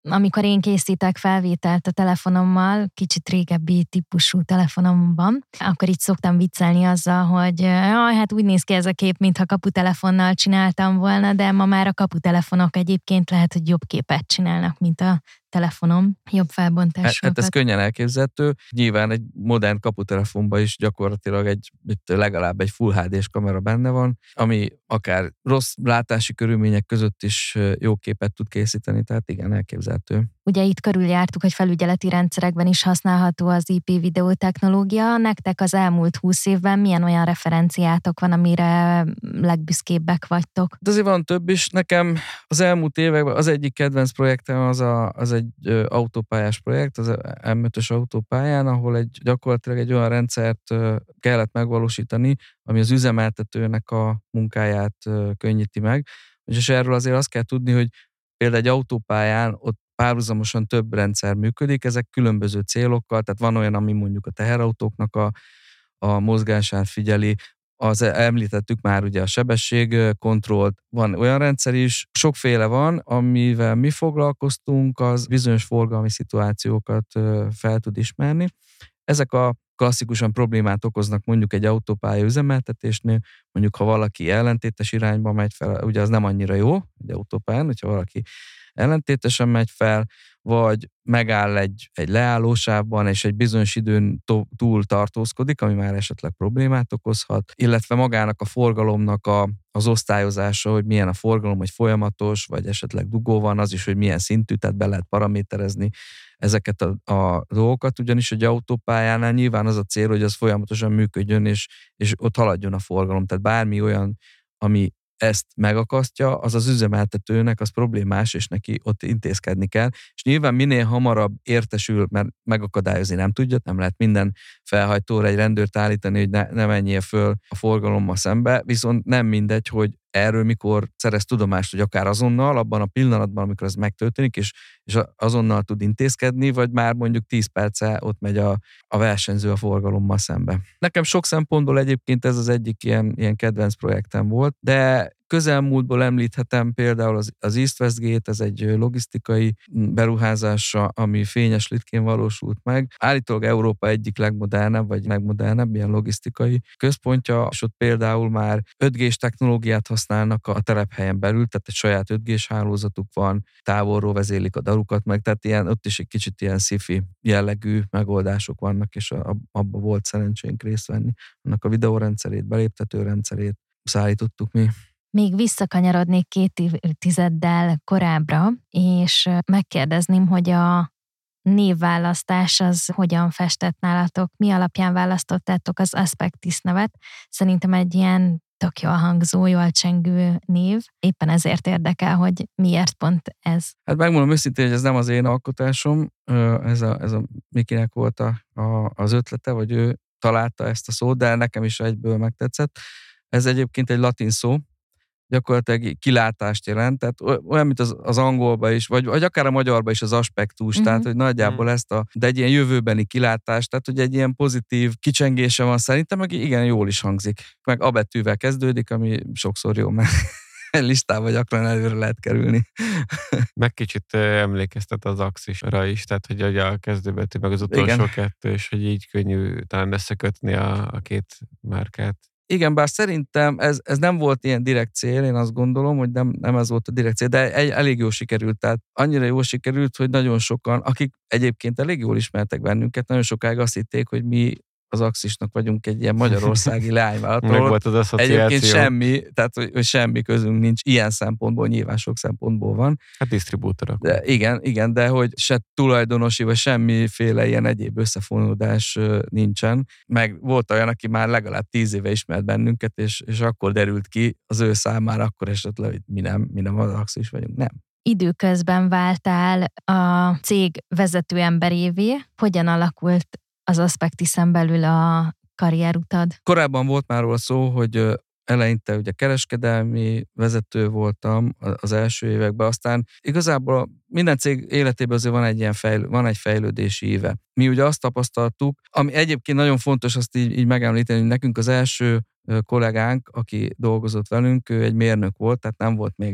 amikor én készítek felvételt a telefonommal, kicsit régebbi típusú telefonom van, akkor így szoktam viccelni azzal, hogy jaj, hát úgy néz ki ez a kép, mintha kaputelefonnal csináltam volna, de ma már a kaputelefonok egyébként lehet, hogy jobb képet csinálnak, mint a telefonom, jobb felbontású. Hát ez könnyen elképzelhető. Nyilván egy modern kaputelefonban is gyakorlatilag egy, legalább egy Full há dés kamera benne van, ami akár rossz látási körülmények között is jó képet tud készíteni, tehát igen, elképzelhető. Ugye itt körüljártuk, hogy felügyeleti rendszerekben is használható az i pé videó technológia. Nektek az elmúlt húsz évben milyen olyan referenciátok van, amire legbüszkébbek vagytok? De azért van több is. Nekem az elmúlt években az egyik kedvenc projektem az, a, az egy autópályás projekt, az em ötös autópályán, ahol egy, gyakorlatilag egy olyan rendszert kellett megvalósítani, ami az üzemeltetőnek a munkáját könnyíti meg. És erről azért azt kell tudni, hogy például egy autópályán ott párhuzamosan több rendszer működik, ezek különböző célokkal, tehát van olyan, ami mondjuk a teherautóknak a, a mozgását figyeli, az említettük már ugye a sebességkontrollt, van olyan rendszer is, sokféle van, amivel mi foglalkoztunk, az bizonyos forgalmi szituációkat fel tud ismerni. Ezek a klasszikusan problémát okoznak mondjuk egy autópálya üzemeltetésnél, mondjuk ha valaki ellentétes irányba megy fel, ugye az nem annyira jó egy autópályán, hogyha valaki ellentétesen megy fel, vagy megáll egy, egy leállósávban, és egy bizonyos időn túl tartózkodik, ami már esetleg problémát okozhat, illetve magának a forgalomnak a, az osztályozása, hogy milyen a forgalom, hogy folyamatos, vagy esetleg dugó van, az is, hogy milyen szintű, tehát be lehet paraméterezni ezeket a, a dolgokat, ugyanis egy autópályánál nyilván az a cél, hogy az folyamatosan működjön, és, és ott haladjon a forgalom, tehát bármi olyan, ami ezt megakasztja, az az üzemeltetőnek az problémás, és neki ott intézkedni kell. És nyilván minél hamarabb értesül, mert megakadályozni nem tudja, nem lehet minden felhajtóra egy rendőrt állítani, hogy ne, ne menjél föl a forgalommal szembe, viszont nem mindegy, hogy erről mikor szerez tudomást, hogy akár azonnal, abban a pillanatban, amikor ez megtörténik, és, és azonnal tud intézkedni, vagy már mondjuk tíz perce ott megy a, a versenyző a forgalommal szembe. Nekem sok szempontból egyébként ez az egyik ilyen, ilyen kedvenc projektem volt, de közelmúltból említhetem például az, az East West Gate, ez egy logisztikai beruházása, ami Fényes Litkén valósult meg. Állítólag Európa egyik legmodernebb, vagy legmodernebb ilyen logisztikai központja, és ott például már öt gés technológiát használnak a telephelyen belül, tehát egy saját öt gés hálózatuk van, távolról vezélik a darukat meg, tehát ilyen, ott is egy kicsit ilyen sci-fi jellegű megoldások vannak, és abban volt szerencsénk részt venni. Annak a videórendszerét, beléptető rendszerét szállítottuk mi. Még visszakanyarodnék két évtizeddel korábbra, és megkérdezném, hogy a névválasztás az hogyan festett nálatok? Mi alapján választottátok az Aspectis nevet? Szerintem egy ilyen tök jól hangzó, jól csengő név. Éppen ezért érdekel, hogy miért pont ez. Hát megmondom őszintén, hogy ez nem az én alkotásom, ez a, ez a Mikinek volt a, a, az ötlete, vagy ő találta ezt a szót, de nekem is egyből megtetszett. Ez egyébként egy latin szó, gyakorlatilag kilátást jelent, tehát olyan, mint az, az angolban is, vagy, vagy akár a magyarban is az aspektus, uh-huh. tehát hogy nagyjából ezt a, de egy ilyen jövőbeni kilátás, tehát hogy egy ilyen pozitív kicsengése van szerintem, meg igen, jól is hangzik. Meg A betűvel kezdődik, ami sokszor jó, mert listával gyakran előre lehet kerülni. Meg kicsit emlékeztet az axisra is, tehát hogy a kezdőbetű, meg az utolsó igen. kettő, és hogy így könnyű talán összekötni a, a két márkát. Igen, bár szerintem ez, ez nem volt ilyen direkt cél, én azt gondolom, hogy nem, nem ez volt a direkt cél, de egy, elég jól sikerült, tehát annyira jól sikerült, hogy nagyon sokan, akik egyébként elég jól ismertek bennünket, nagyon sokáig azt hitték, hogy mi az Axisnak vagyunk egy ilyen magyarországi leányvállalat. Meg volt az asszociáció. Egyébként semmi, tehát hogy, hogy semmi közünk nincs ilyen szempontból, nyilván sok szempontból van. Hát disztribútorok. De igen, igen, de hogy se tulajdonosi, vagy semmiféle ilyen egyéb összefonódás nincsen. Meg volt olyan, aki már legalább tíz éve ismert bennünket, és, és akkor derült ki az ő számára, akkor esetleg, hogy mi nem, mi nem az Axis vagyunk, nem. Időközben váltál a cég vezető emberévé. Hogyan alakult az Aspectisen belül a karrierutad? Korábban volt már róla szó, hogy eleinte ugye kereskedelmi vezető voltam az első években, aztán igazából minden cég életében azért van egy ilyen fejlő, van egy fejlődési íve. Mi ugye azt tapasztaltuk, ami egyébként nagyon fontos azt így, így megemlíteni, hogy nekünk az első kollégánk, aki dolgozott velünk, ő egy mérnök volt, tehát nem volt még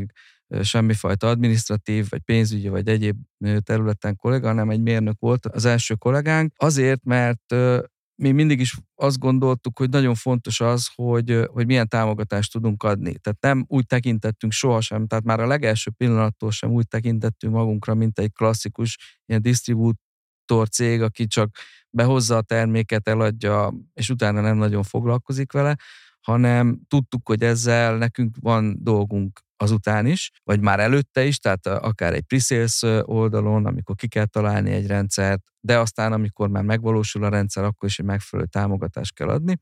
semmifajta adminisztratív, vagy pénzügyi, vagy egyéb területen kolléga, hanem egy mérnök volt az első kollégánk. Azért, mert mi mindig is azt gondoltuk, hogy nagyon fontos az, hogy, hogy milyen támogatást tudunk adni. Tehát nem úgy tekintettünk sohasem, tehát már a legelső pillanattól sem úgy tekintettünk magunkra, mint egy klasszikus ilyen disztribútor cég, aki csak behozza a terméket, eladja, és utána nem nagyon foglalkozik vele, hanem tudtuk, hogy ezzel nekünk van dolgunk azután is, vagy már előtte is, tehát akár egy pre-sales oldalon, amikor ki kell találni egy rendszert, de aztán, amikor már megvalósul a rendszer, akkor is egy megfelelő támogatást kell adni.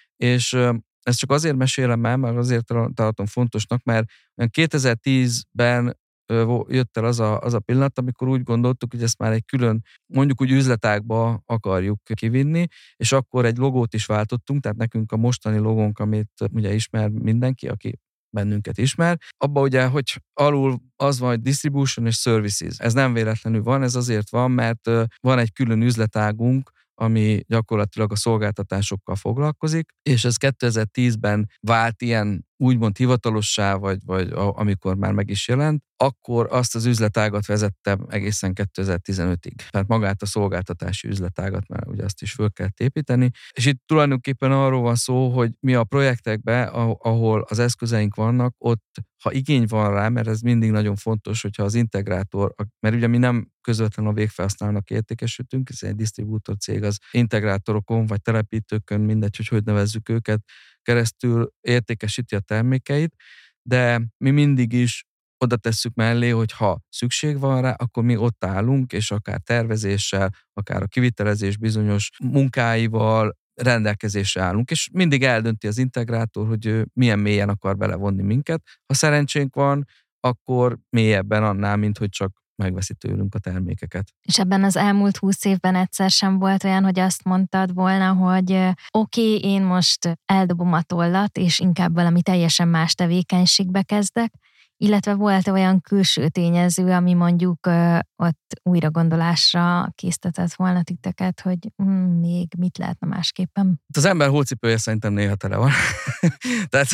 És ezt csak azért mesélem el, mert azért tartom fontosnak, mert kétezer-tízben jött el az a, az a pillanat, amikor úgy gondoltuk, hogy ezt már egy külön, mondjuk úgy üzletágba akarjuk kivinni, és akkor egy logót is váltottunk, tehát nekünk a mostani logónk, amit ugye ismer mindenki, aki bennünket ismer. Abba ugye, hogy alul az van, hogy distribution és services. Ez nem véletlenül van, ez azért van, mert van egy külön üzletágunk, ami gyakorlatilag a szolgáltatásokkal foglalkozik, és ez kétezer-tízben vált ilyen úgymond hivatalossá, vagy, vagy a, amikor már meg is jelent, akkor azt az üzletágat vezettem egészen kétezer-tizenötig. Tehát magát a szolgáltatási üzletágat, mert ugye azt is föl kell építeni. És itt tulajdonképpen arról van szó, hogy mi a projektekben, ahol az eszközeink vannak, ott ha igény van rá, mert ez mindig nagyon fontos, hogyha az integrátor, mert ugye mi nem közvetlenül a végfelhasználónak értékesítünk, hiszen egy disztribútor cég az integrátorokon, vagy telepítőkön, mindegy, hogy hogy nevezzük őket, keresztül értékesíti a termékeit, de mi mindig is oda tesszük mellé, hogy ha szükség van rá, akkor mi ott állunk, és akár tervezéssel, akár a kivitelezés bizonyos munkáival rendelkezésre állunk, és mindig eldönti az integrátor, hogy ő milyen mélyen akar belevonni minket. Ha szerencsénk van, akkor mélyebben annál, mint hogy csak megveszi tőlünk a termékeket. És ebben az elmúlt húsz évben egyszer sem volt olyan, hogy azt mondtad volna, hogy oké, okay, én most eldobom a tollat, és inkább valami teljesen más tevékenységbe kezdek, illetve volt olyan külső tényező, ami mondjuk ö, ott újra gondolásra késztetett volna titeket, hogy mm, még mit lehetne másképpen? Az ember hócipője szerintem néha tele van. Tehát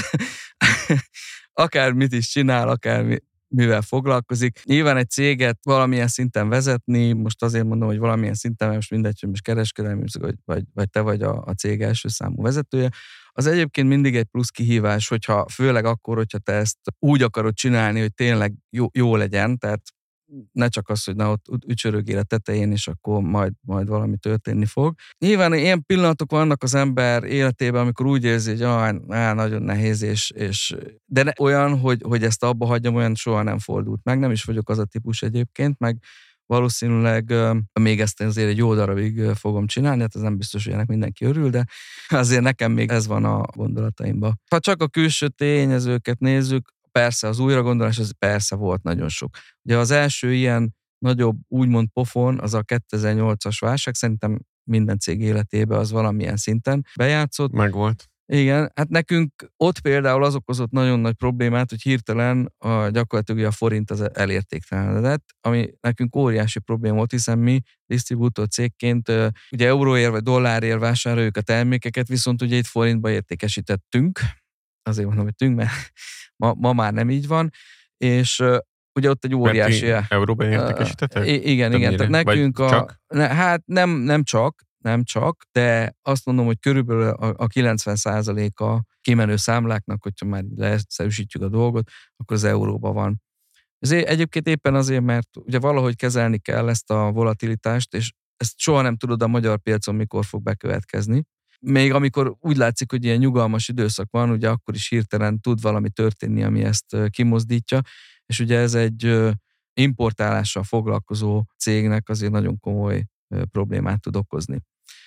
akár mit is csinál, akár mi, mivel foglalkozik. Nyilván egy céget valamilyen szinten vezetni, most azért mondom, hogy valamilyen szinten, mert most mindegy, hogy most kereskedelmi, vagy, vagy, vagy te vagy a, a cég első számú vezetője, az egyébként mindig egy plusz kihívás, hogyha főleg akkor, hogyha te ezt úgy akarod csinálni, hogy tényleg jó, jó legyen, tehát ne csak az, hogy na ott ücsörögél a tetején, és akkor majd, majd valami történni fog. Nyilván ilyen pillanatok vannak az ember életében, amikor úgy érzi, hogy ah, á, nagyon nehéz, és, és de ne, olyan, hogy, hogy ezt abba hagyjam, olyan soha nem fordult meg, nem is vagyok az a típus egyébként, meg valószínűleg még ezt azért egy jó darabig fogom csinálni, hát ez nem biztos, hogy ennek mindenki örül, de azért nekem még ez van a gondolataimban. Ha csak a külső tényezőket nézzük, persze az újragondolás, az persze volt nagyon sok. Ugye az első ilyen nagyobb úgymond pofon, az a kétezer-nyolcas válság, szerintem minden cég életében az valamilyen szinten bejátszott. Megvolt. Igen, hát nekünk ott például az okozott nagyon nagy problémát, hogy hirtelen a, gyakorlatilag a forint az elértéktelenedett, ami nekünk óriási probléma volt, hiszen mi disztribútor cégként ugye euróért vagy dollárért vásároljuk a termékeket, viszont ugye itt forintba értékesítettünk, azért mondom, hogy tünk, mert ma, ma már nem így van, és ugye ott egy óriási... Euróban értékesítettek? Igen, igen, tehát nekünk a... Csak? Ne, hát nem, nem csak, nem csak, de azt mondom, hogy körülbelül a, a kilencven százaléka kimenő számláknak, hogyha már leszerűsítjük a dolgot, akkor az euróban van. Ez egyébként éppen azért, mert ugye valahogy kezelni kell ezt a volatilitást, és ezt soha nem tudod a magyar piacon mikor fog bekövetkezni. Még amikor úgy látszik, hogy ilyen nyugalmas időszak van, ugye akkor is hirtelen tud valami történni, ami ezt kimozdítja, és ugye ez egy importálással foglalkozó cégnek azért nagyon komoly problémát tud okozni.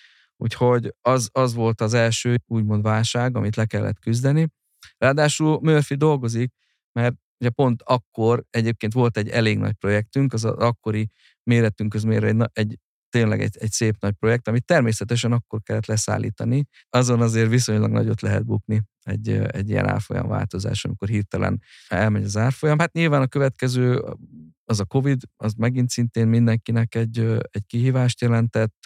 Úgyhogy az, az volt az első úgymond válság, amit le kellett küzdeni. Ráadásul Murphy dolgozik, mert ugye pont akkor egyébként volt egy elég nagy projektünk, az, az akkori méretünkhöz mérve egy, egy tényleg egy, egy szép nagy projekt, amit természetesen akkor kellett leszállítani. Azon azért viszonylag nagyot lehet bukni egy, egy ilyen árfolyam változás, amikor hirtelen elmegy az árfolyam. Hát nyilván a következő, az a Covid, az megint szintén mindenkinek egy, egy kihívást jelentett.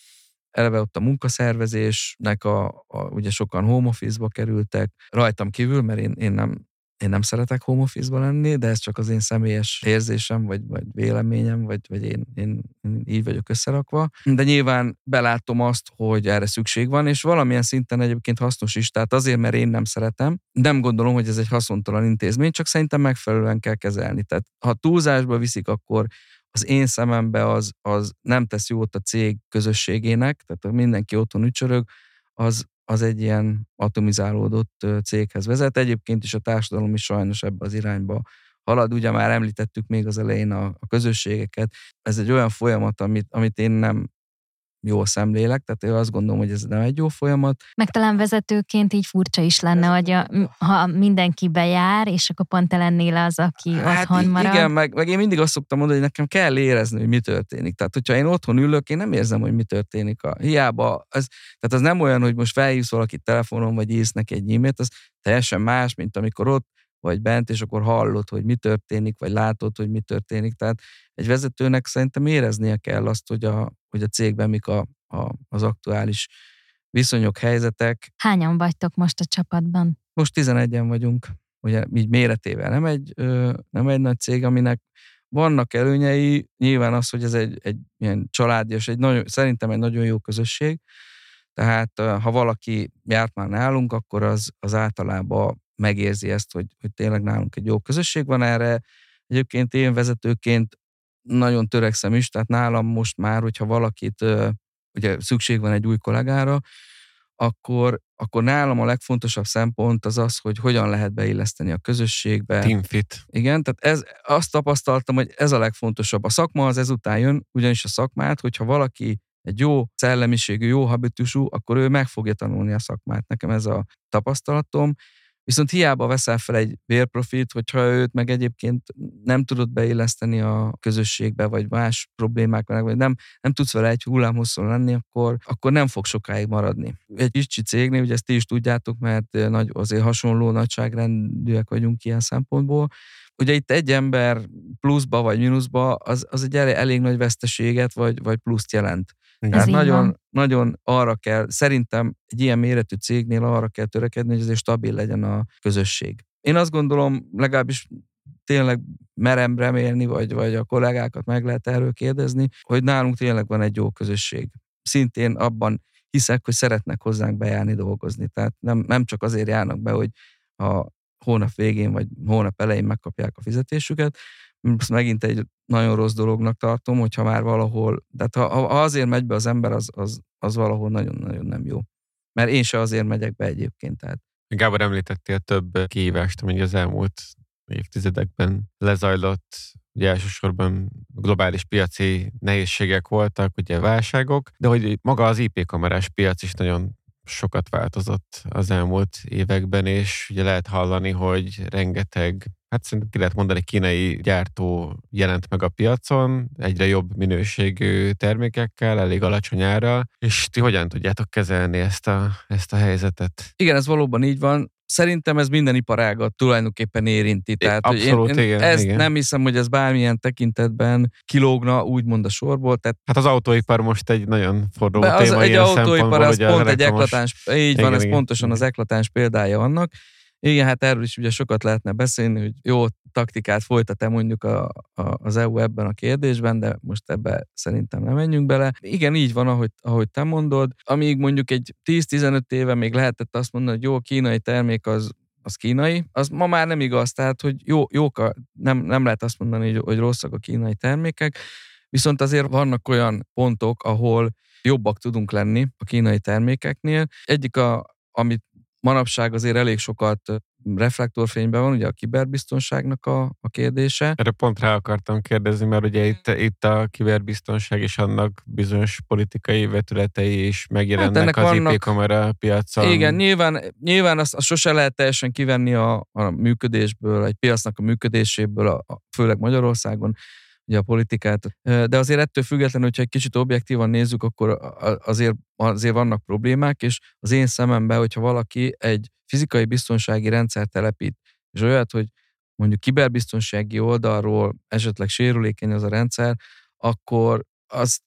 Eleve ott a munkaszervezésnek, a, a, ugye sokan home office-ba kerültek, rajtam kívül, mert én, én nem én nem szeretek home office-ba lenni, de ez csak az én személyes érzésem, vagy, vagy véleményem, vagy, vagy én, én, én így vagyok összerakva. De nyilván belátom azt, hogy erre szükség van, és valamilyen szinten egyébként hasznos is, tehát azért, mert én nem szeretem. Nem gondolom, hogy ez egy haszontalan intézmény, csak szerintem megfelelően kell kezelni. Tehát ha túlzásba viszik, akkor az én szemembe az, az nem tesz jót a cég közösségének, tehát ha mindenki otthon ücsörög, az, az egy ilyen atomizálódott céghez vezet. Egyébként is a társadalom is sajnos ebbe az irányba halad. Ugye már említettük még az elején a, a közösségeket. Ez egy olyan folyamat, amit, amit én nem jól szemlélek, tehát én azt gondolom, hogy ez nem egy jó folyamat. Meg talán vezetőként így furcsa is lenne, hogy a, ha mindenki bejár, és akkor pont te lennél az, aki hát otthon marad. Igen, meg, meg én mindig azt szoktam mondani, hogy nekem kell érezni, hogy mi történik. Tehát, hogyha én otthon ülök, én nem érzem, hogy mi történik. A, hiába, az, tehát az nem olyan, hogy most felhívsz valakit telefonon, vagy írsz neki egy e-mailt, az teljesen más, mint amikor ott vagy bent, és akkor hallod, hogy mi történik, vagy látod, hogy mi történik. Tehát egy vezetőnek szerintem éreznie kell azt, hogy a, hogy a cégben mik a, a, az aktuális viszonyok, helyzetek. Hányan vagytok most a csapatban? Most tizenegyen vagyunk, ugye így méretével. Nem egy, ö, nem egy nagy cég, aminek vannak előnyei, nyilván az, hogy ez egy, egy ilyen családias, egy nagyon, szerintem egy nagyon jó közösség. Tehát ha valaki járt már nálunk, akkor az, az általában megérzi ezt, hogy, hogy tényleg nálunk egy jó közösség van erre. Egyébként én vezetőként nagyon törekszem is, tehát nálam most már, hogyha valakit, ugye szükség van egy új kollégára, akkor, akkor nálam a legfontosabb szempont az az, hogy hogyan lehet beilleszteni a közösségbe. Teamfit. Igen, tehát ez, azt tapasztaltam, hogy ez a legfontosabb. A szakma az ezután jön, ugyanis a szakmát, hogyha valaki egy jó szellemiségű, jó habitusú, akkor ő meg fogja tanulni a szakmát. Nekem ez a tapasztalatom. Viszont hiába veszel fel egy vérprofit, hogyha őt meg egyébként nem tudod beilleszteni a közösségbe, vagy más problémák vannak, vagy nem, nem tudsz vele egy hullámhosszon lenni, akkor, akkor nem fog sokáig maradni. Egy kicsi cégnél, ugye ezt ti is tudjátok, mert nagy, azért hasonló nagyságrendűek vagyunk ilyen szempontból. Ugye itt egy ember pluszba vagy mínuszba, az, az egy elég, elég nagy veszteséget, vagy, vagy pluszt jelent. Tehát nagyon, nagyon arra kell, szerintem egy ilyen méretű cégnél arra kell törekedni, hogy azért stabil legyen a közösség. Én azt gondolom, legalábbis tényleg merem remélni, vagy, vagy a kollégákat meg lehet erről kérdezni, hogy nálunk tényleg van egy jó közösség. Szintén abban hiszek, hogy szeretnek hozzánk bejárni, dolgozni. Tehát nem, nem csak azért járnak be, hogy a hónap végén, vagy hónap elején megkapják a fizetésüket. Most megint egy nagyon rossz dolognak tartom, hogyha már valahol, tehát ha, ha azért megy be az ember, az, az, az valahol nagyon-nagyon nem jó. Mert én se azért megyek be egyébként. Tehát. Gábor, említettél több kihívást, ami az elmúlt évtizedekben lezajlott, ugye elsősorban globális piaci nehézségek voltak, ugye válságok, de hogy maga az í pé-kamerás piac is nagyon sokat változott az elmúlt években, és ugye lehet hallani, hogy rengeteg, hát szerintem ki lehet mondani, kínai gyártó jelent meg a piacon, egyre jobb minőségű termékekkel, elég alacsony árral, és ti hogyan tudjátok kezelni ezt a, ezt a helyzetet? Igen, ez valóban így van. Szerintem ez minden iparágat tulajdonképpen érinti. Tehát, Abszolút, hogy én, én igen, ezt igen. nem hiszem, hogy ez bármilyen tekintetben kilógna úgymond a sorból. Tehát hát az autóipar most egy nagyon forró az téma egy ilyen autóipar, az pont egy reklamos... eklatáns, így igen, van, ez igen, pontosan igen. az eklatáns példája annak. Igen, hát erről is ugye sokat lehetne beszélni, hogy jó taktikát folytat-e mondjuk a, a, az é u ebben a kérdésben, de most ebbe szerintem nem menjünk bele. Igen, így van, ahogy, ahogy te mondod. Amíg mondjuk egy tíz-tizenöt éve még lehetett azt mondani, hogy jó, a kínai termék az, az kínai, az ma már nem igaz, tehát, hogy jó, jók a, nem, nem lehet azt mondani, hogy, hogy rosszak a kínai termékek, viszont azért vannak olyan pontok, ahol jobbak tudunk lenni a kínai termékeknél. Egyik, a, amit manapság azért elég sokat reflektorfényben van, ugye a kiberbiztonságnak a, a kérdése. Erre pont rá akartam kérdezni, mert ugye itt, itt a kiberbiztonság és annak bizonyos politikai vetületei is megjelennek hát az vannak, í pé-kamera piacon. Igen, nyilván, nyilván azt, azt sose lehet teljesen kivenni a, a működésből, egy piacnak a működéséből, a, a, főleg Magyarországon, ugye a politikát. De azért ettől függetlenül, hogyha egy kicsit objektívan nézzük, akkor azért, azért vannak problémák, és az én szememben, hogyha valaki egy fizikai biztonsági rendszert telepít, és olyat, hogy mondjuk kiberbiztonsági oldalról esetleg sérülékeny az a rendszer, akkor az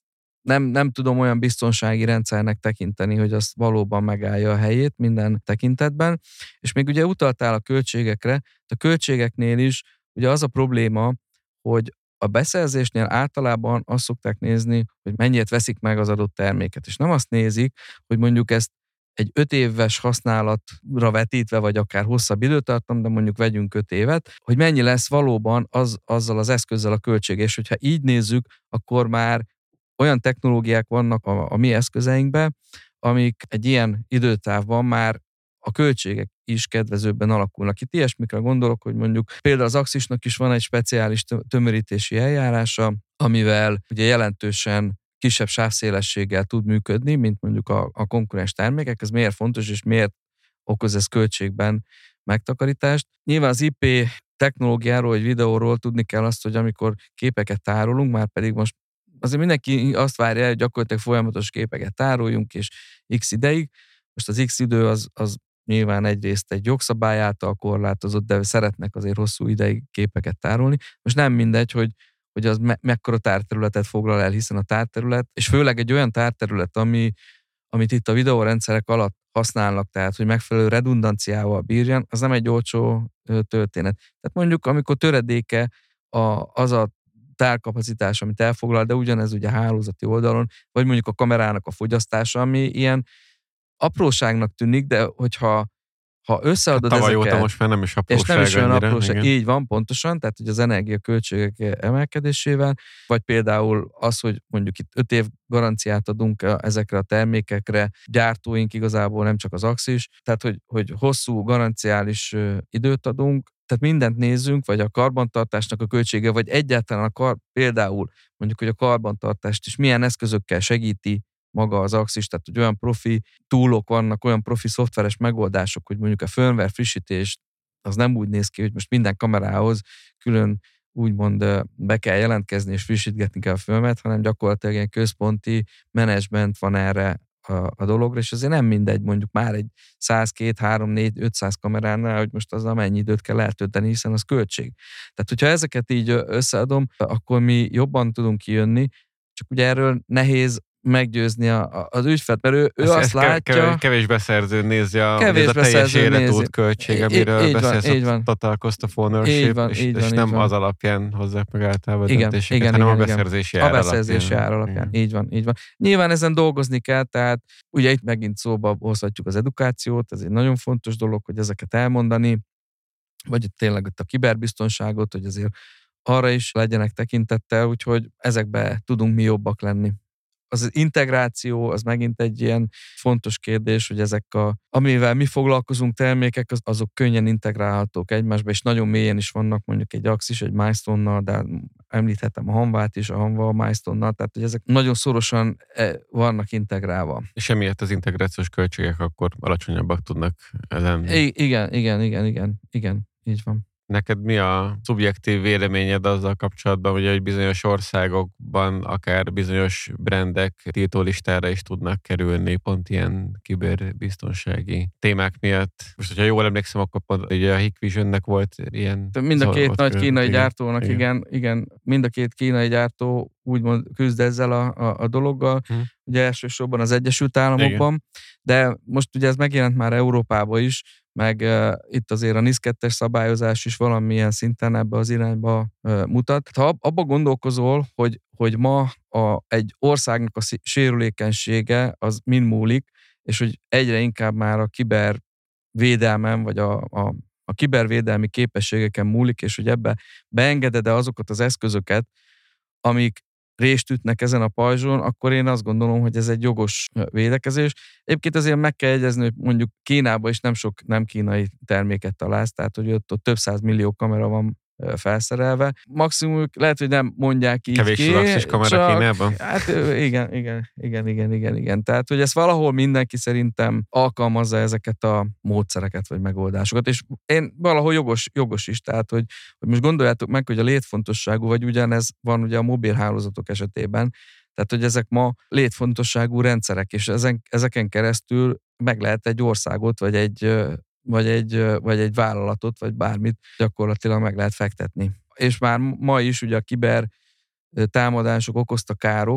nem, nem tudom olyan biztonsági rendszernek tekinteni, hogy az valóban megállja a helyét minden tekintetben. És még ugye utaltál a költségekre, a költségeknél is ugye az a probléma, hogy a beszerzésnél általában azt szokták nézni, hogy mennyit veszik meg az adott terméket, és nem azt nézik, hogy mondjuk ezt egy öt éves használatra vetítve, vagy akár hosszabb időtartam, de mondjuk vegyünk öt évet, hogy mennyi lesz valóban az, azzal az eszközzel a költség. És hogyha így nézzük, akkor már olyan technológiák vannak a, a mi eszközeinkben, amik egy ilyen időtávban már a költségek is kedvezőbben alakulnak. Itt ilyesmikre gondolok, hogy mondjuk például az Axisnak is van egy speciális tömörítési eljárása, amivel ugye jelentősen kisebb sávszélességgel tud működni, mint mondjuk a, a konkurens termékek. Ez miért fontos, és miért okoz ez költségben megtakarítást? Nyilván az i pé technológiáról, vagy videóról tudni kell azt, hogy amikor képeket tárolunk, már pedig most azért mindenki azt várja, hogy gyakorlatilag folyamatos képeket tároljunk, és x ideig. Most az x idő az, az nyilván egyrészt egy jogszabály által korlátozott, de szeretnek azért hosszú ideig képeket tárolni. Most nem mindegy, hogy hogy az me- mekkora tárterületet foglal el, hiszen a tárterület, és főleg egy olyan tárterület, ami, amit itt a videórendszerek alatt használnak, tehát hogy megfelelő redundanciával bírjan, az nem egy olcsó történet. Tehát mondjuk, amikor töredéke a, az a tárkapacitás, amit elfoglal, de ugyanez ugye hálózati oldalon, vagy mondjuk a kamerának a fogyasztása, ami ilyen apróságnak tűnik, de hogyha ha összeadod hát tavaly ezeket, óta most már nem is apróság, és nem is olyan annyira, apróság, igen. így van pontosan, tehát hogy az energiaköltségek emelkedésével, vagy például az, hogy mondjuk itt öt év garanciát adunk ezekre a termékekre, gyártóink igazából nem csak az Axis, tehát hogy, hogy hosszú garanciális időt adunk, tehát mindent nézzünk, vagy a karbantartásnak a költsége, vagy egyáltalán a kar, például mondjuk, hogy a karbantartást is milyen eszközökkel segíti maga az Axis, tehát hogy olyan profi túlok vannak, olyan profi szoftveres megoldások, hogy mondjuk a firmware frissítés az nem úgy néz ki, hogy most minden kamerához külön úgymond be kell jelentkezni és frissítgetni kell a firmware-t, hanem gyakorlatilag ilyen központi menedzsment van erre a, a dologra, és azért nem mindegy, mondjuk már egy száz, két, három, négy, ötszáz kameránál, hogy most az mennyi időt kell eltölteni, hiszen az költség. Tehát, hogyha ezeket így összeadom, akkor mi jobban tudunk kijönni, csak ugye erről nehéz meggyőzni a, a, az ügyfelt, mert ő, ő ez, azt ez látja... Kevés, kevés beszerző nézi a, kevés a teljes életút nézi. költség, amiről így beszélsz, van, így van. a total cost of ownership, van, és, így és van, nem így van. az alapján hozzák meg általában igen, döntéseket, igen, hanem igen, a beszerzési ár A beszerzési alapján. ár alapján. Igen. Így van, így van. Nyilván ezen dolgozni kell, tehát ugye itt megint szóba hozhatjuk az edukációt, ez egy nagyon fontos dolog, hogy ezeket elmondani, vagy tényleg ott a kiberbiztonságot, hogy azért arra is legyenek tekintettel, úgyhogy ezekbe tudunk mi jobbak lenni. Az integráció, az megint egy ilyen fontos kérdés, hogy ezek a, amivel mi foglalkozunk termékek, az, azok könnyen integrálhatók egymásba, és nagyon mélyen is vannak mondjuk egy Axis, egy Milestone-nal, de említhetem a Hanvát is, a Hanva a Milestone-nal, tehát hogy ezek nagyon szorosan vannak integrálva. És emiatt az integrációs költségek akkor alacsonyabbak tudnak lenni. I- igen, igen, igen, igen, igen, így van. Neked mi a szubjektív véleményed azzal kapcsolatban, hogy egy bizonyos országokban akár bizonyos brandek tiltólistára is tudnak kerülni pont ilyen kiberbiztonsági témák miatt? Most, hogyha jól emlékszem, akkor pont ugye a Hikvisionnek volt ilyen... Mind a két nagy kínai igen, gyártónak, igen. igen, igen, mind a két kínai gyártó úgymond küzd ezzel a, a, a dologgal, hmm. ugye elsősorban az Egyesült Államokban, igen. De most ugye ez megjelent már Európában is, meg uh, itt azért a NIS kettes szabályozás is valamilyen szinten ebbe az irányba uh, mutat. Ha abba gondolkozol, hogy, hogy ma a, egy országnak a sérülékenysége az mind múlik, és hogy egyre inkább már a kibervédelmen, vagy a, a, a kibervédelmi képességeken múlik, és hogy ebbe beengeded-e azokat az eszközöket, amik rést ütnek ezen a pajzson, akkor én azt gondolom, hogy ez egy jogos védekezés. Egyébként azért meg kell jegyezni, hogy mondjuk Kínában is nem sok nem kínai terméket találsz, tehát hogy ott, ott több száz millió kamera van felszerelve. Maximum lehet, hogy nem mondják így kevés ki. Kevés az Axis kamera Kínában? Hát igen, igen, igen, igen, igen, igen. Tehát, hogy ezt valahol mindenki szerintem alkalmazza ezeket a módszereket, vagy megoldásokat, és én valahol jogos, jogos is, tehát, hogy, hogy most gondoljátok meg, hogy a létfontosságú, vagy ugyanez van ugye a mobilhálózatok esetében, tehát, hogy ezek ma létfontosságú rendszerek, és ezen, ezeken keresztül meg lehet egy országot, vagy egy vagy egy, vagy egy vállalatot, vagy bármit gyakorlatilag meg lehet fektetni. És már ma is ugye a kiber támadások okozta károk,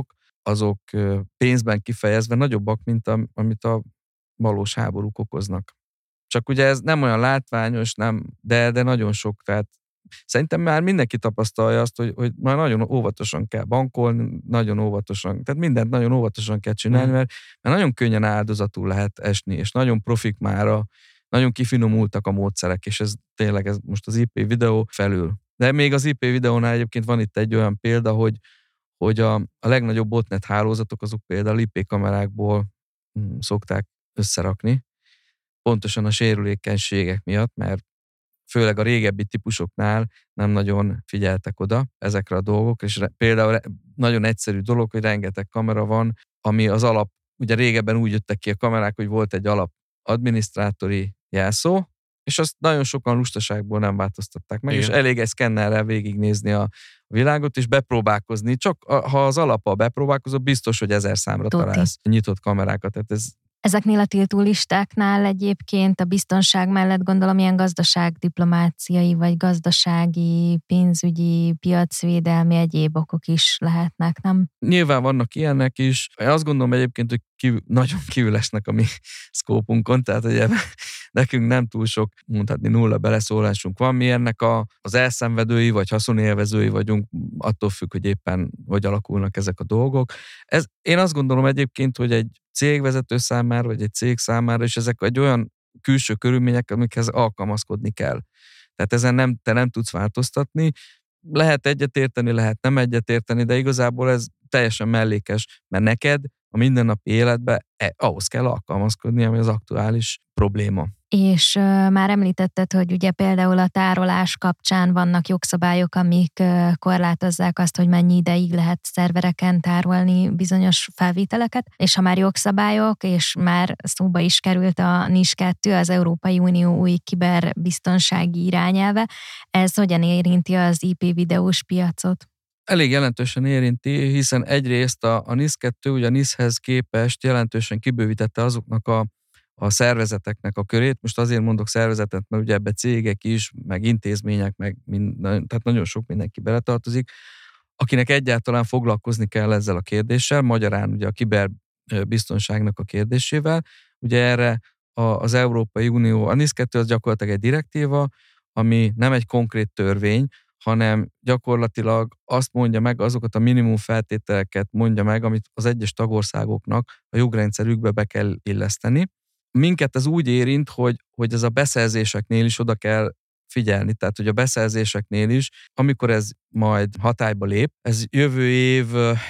azok pénzben kifejezve nagyobbak, mint a, amit a valós háborúk okoznak. Csak ugye ez nem olyan látványos, nem, de, de nagyon sok, tehát szerintem már mindenki tapasztalja azt, hogy, hogy már nagyon óvatosan kell bankolni, nagyon óvatosan, tehát mindent nagyon óvatosan kell csinálni, mert, mert nagyon könnyen áldozatul lehet esni, és nagyon profik mára, nagyon kifinomultak a módszerek, és ez tényleg ez most az i pé videó felül. De még az i pé videónál egyébként van itt egy olyan példa, hogy, hogy a, a legnagyobb botnet hálózatok azok például i pé kamerákból hm, szokták összerakni, pontosan a sérülékenységek miatt, mert főleg a régebbi típusoknál nem nagyon figyeltek oda ezekre a dolgok, és például nagyon egyszerű dolog, hogy rengeteg kamera van, ami az alap, ugye régebben úgy jöttek ki a kamerák, hogy volt egy alap adminisztrátori jelszó, és azt nagyon sokan lustaságból nem változtatták meg, igen. És elég egy szkennerrel végignézni a világot, és bepróbálkozni. Csak ha az alappal bepróbálkozol, biztos, hogy ezer számra Tuti. Találsz nyitott kamerákat. Tehát ez Ezeknél a tiltó listáknál egyébként a biztonság mellett gondolom ilyen gazdaságdiplomáciai, vagy gazdasági, pénzügyi, piacvédelmi egyéb okok is lehetnek, nem? Nyilván vannak ilyenek is. Én azt gondolom egyébként, hogy kívül, nagyon kívül esnek a mi szkópunkon, tehát hogy nekünk nem túl sok, mondhatni nulla beleszólásunk van. Mi ennek a, az elszenvedői vagy haszonélvezői vagyunk, attól függ, hogy éppen hogy alakulnak ezek a dolgok. Ez, én azt gondolom egyébként, hogy egy cégvezető számára, vagy egy cég számára, és ezek egy olyan külső körülmények, amikhez alkalmazkodni kell. Tehát ezen nem, te nem tudsz változtatni. Lehet egyetérteni, lehet nem egyetérteni, de igazából ez teljesen mellékes, mert neked a mindennapi életben eh, ahhoz kell alkalmazkodni, ami az aktuális probléma. És uh, már említetted, hogy ugye például a tárolás kapcsán vannak jogszabályok, amik uh, korlátozzák azt, hogy mennyi ideig lehet szervereken tárolni bizonyos felvételeket, és ha már jogszabályok, és már szóba is került a NIS kettő, az Európai Unió új kiberbiztonsági irányelve, ez hogyan érinti az i pé videós piacot? Elég jelentősen érinti, hiszen egyrészt a, a NIS kettő, ugye a NIS-hez képest jelentősen kibővítette azoknak a a szervezeteknek a körét. Most azért mondok szervezetet, mert ugye ebbe cégek is, meg intézmények, meg mind, tehát nagyon sok mindenki beletartozik, akinek egyáltalán foglalkozni kell ezzel a kérdéssel, magyarán ugye a kiberbiztonságnak a kérdésével. Ugye erre a, az Európai Unió, a NIS kettő az gyakorlatilag egy direktíva, ami nem egy konkrét törvény, hanem gyakorlatilag azt mondja meg, azokat a minimum feltételeket mondja meg, amit az egyes tagországoknak a jogrendszerükbe be kell illeszteni. Minket ez úgy érint, hogy, hogy ez a beszerzéseknél is oda kell figyelni, tehát hogy a beszerzéseknél is, amikor ez majd hatályba lép, ez jövő év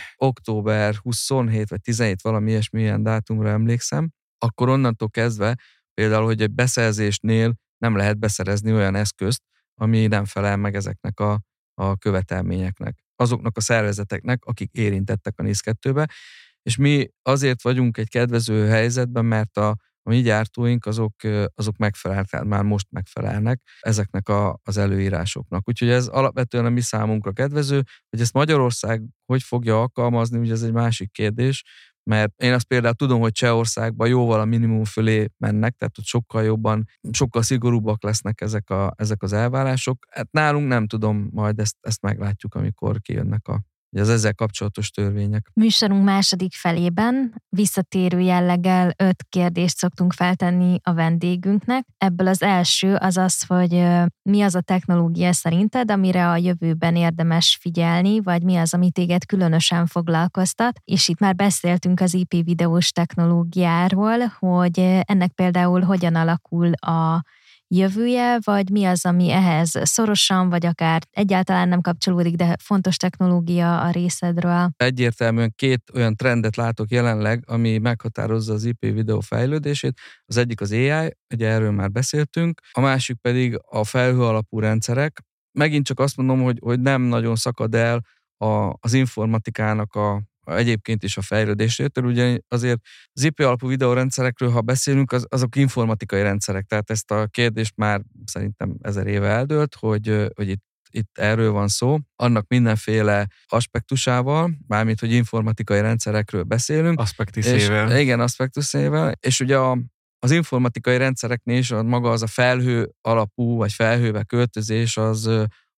október huszonhét vagy tizenhét valami ilyesmi ilyen dátumra emlékszem, akkor onnantól kezdve például, hogy egy beszerzésnél nem lehet beszerezni olyan eszközt, ami nem felel meg ezeknek a, a követelményeknek. Azoknak a szervezeteknek, akik érintettek a NIS kettőbe, és mi azért vagyunk egy kedvező helyzetben, mert a A mi gyártóink azok, azok megfelelnek, már most megfelelnek ezeknek a, az előírásoknak. Úgyhogy ez alapvetően a mi számunkra kedvező, hogy ezt Magyarország hogy fogja alkalmazni, ugye ez egy másik kérdés, mert én azt például tudom, hogy Csehországban jóval a minimum fölé mennek, tehát ott sokkal jobban, sokkal szigorúbbak lesznek ezek, a, ezek az elvárások. Hát nálunk nem tudom, majd ezt, ezt meglátjuk, amikor kijönnek a az ezzel kapcsolatos törvények. Műsorunk második felében visszatérő jelleggel öt kérdést szoktunk feltenni a vendégünknek. Ebből az első az az, hogy mi az a technológia szerinted, amire a jövőben érdemes figyelni, vagy mi az, ami téged különösen foglalkoztat. És itt már beszéltünk az i pé videós technológiáról, hogy ennek például hogyan alakul a jövője, vagy mi az, ami ehhez szorosan, vagy akár egyáltalán nem kapcsolódik, de fontos technológia a részedről? Egyértelműen két olyan trendet látok jelenleg, ami meghatározza az i pé videó fejlődését. Az egyik az á i, ugye erről már beszéltünk, a másik pedig a felhő alapú rendszerek. Megint csak azt mondom, hogy, hogy nem nagyon szakad el a, az informatikának a egyébként is a fejlődésétől, ugye azért az i pé alapú videórendszerekről, ha beszélünk, az, azok informatikai rendszerek, tehát ezt a kérdést már szerintem ezer éve eldőlt, hogy, hogy itt, itt erről van szó, annak mindenféle aspektusával, mármint, hogy informatikai rendszerekről beszélünk. Aspektuszével. És, igen, aspektuszével, és ugye a, az informatikai rendszereknél is maga az a felhő alapú, vagy felhőbe költözés, az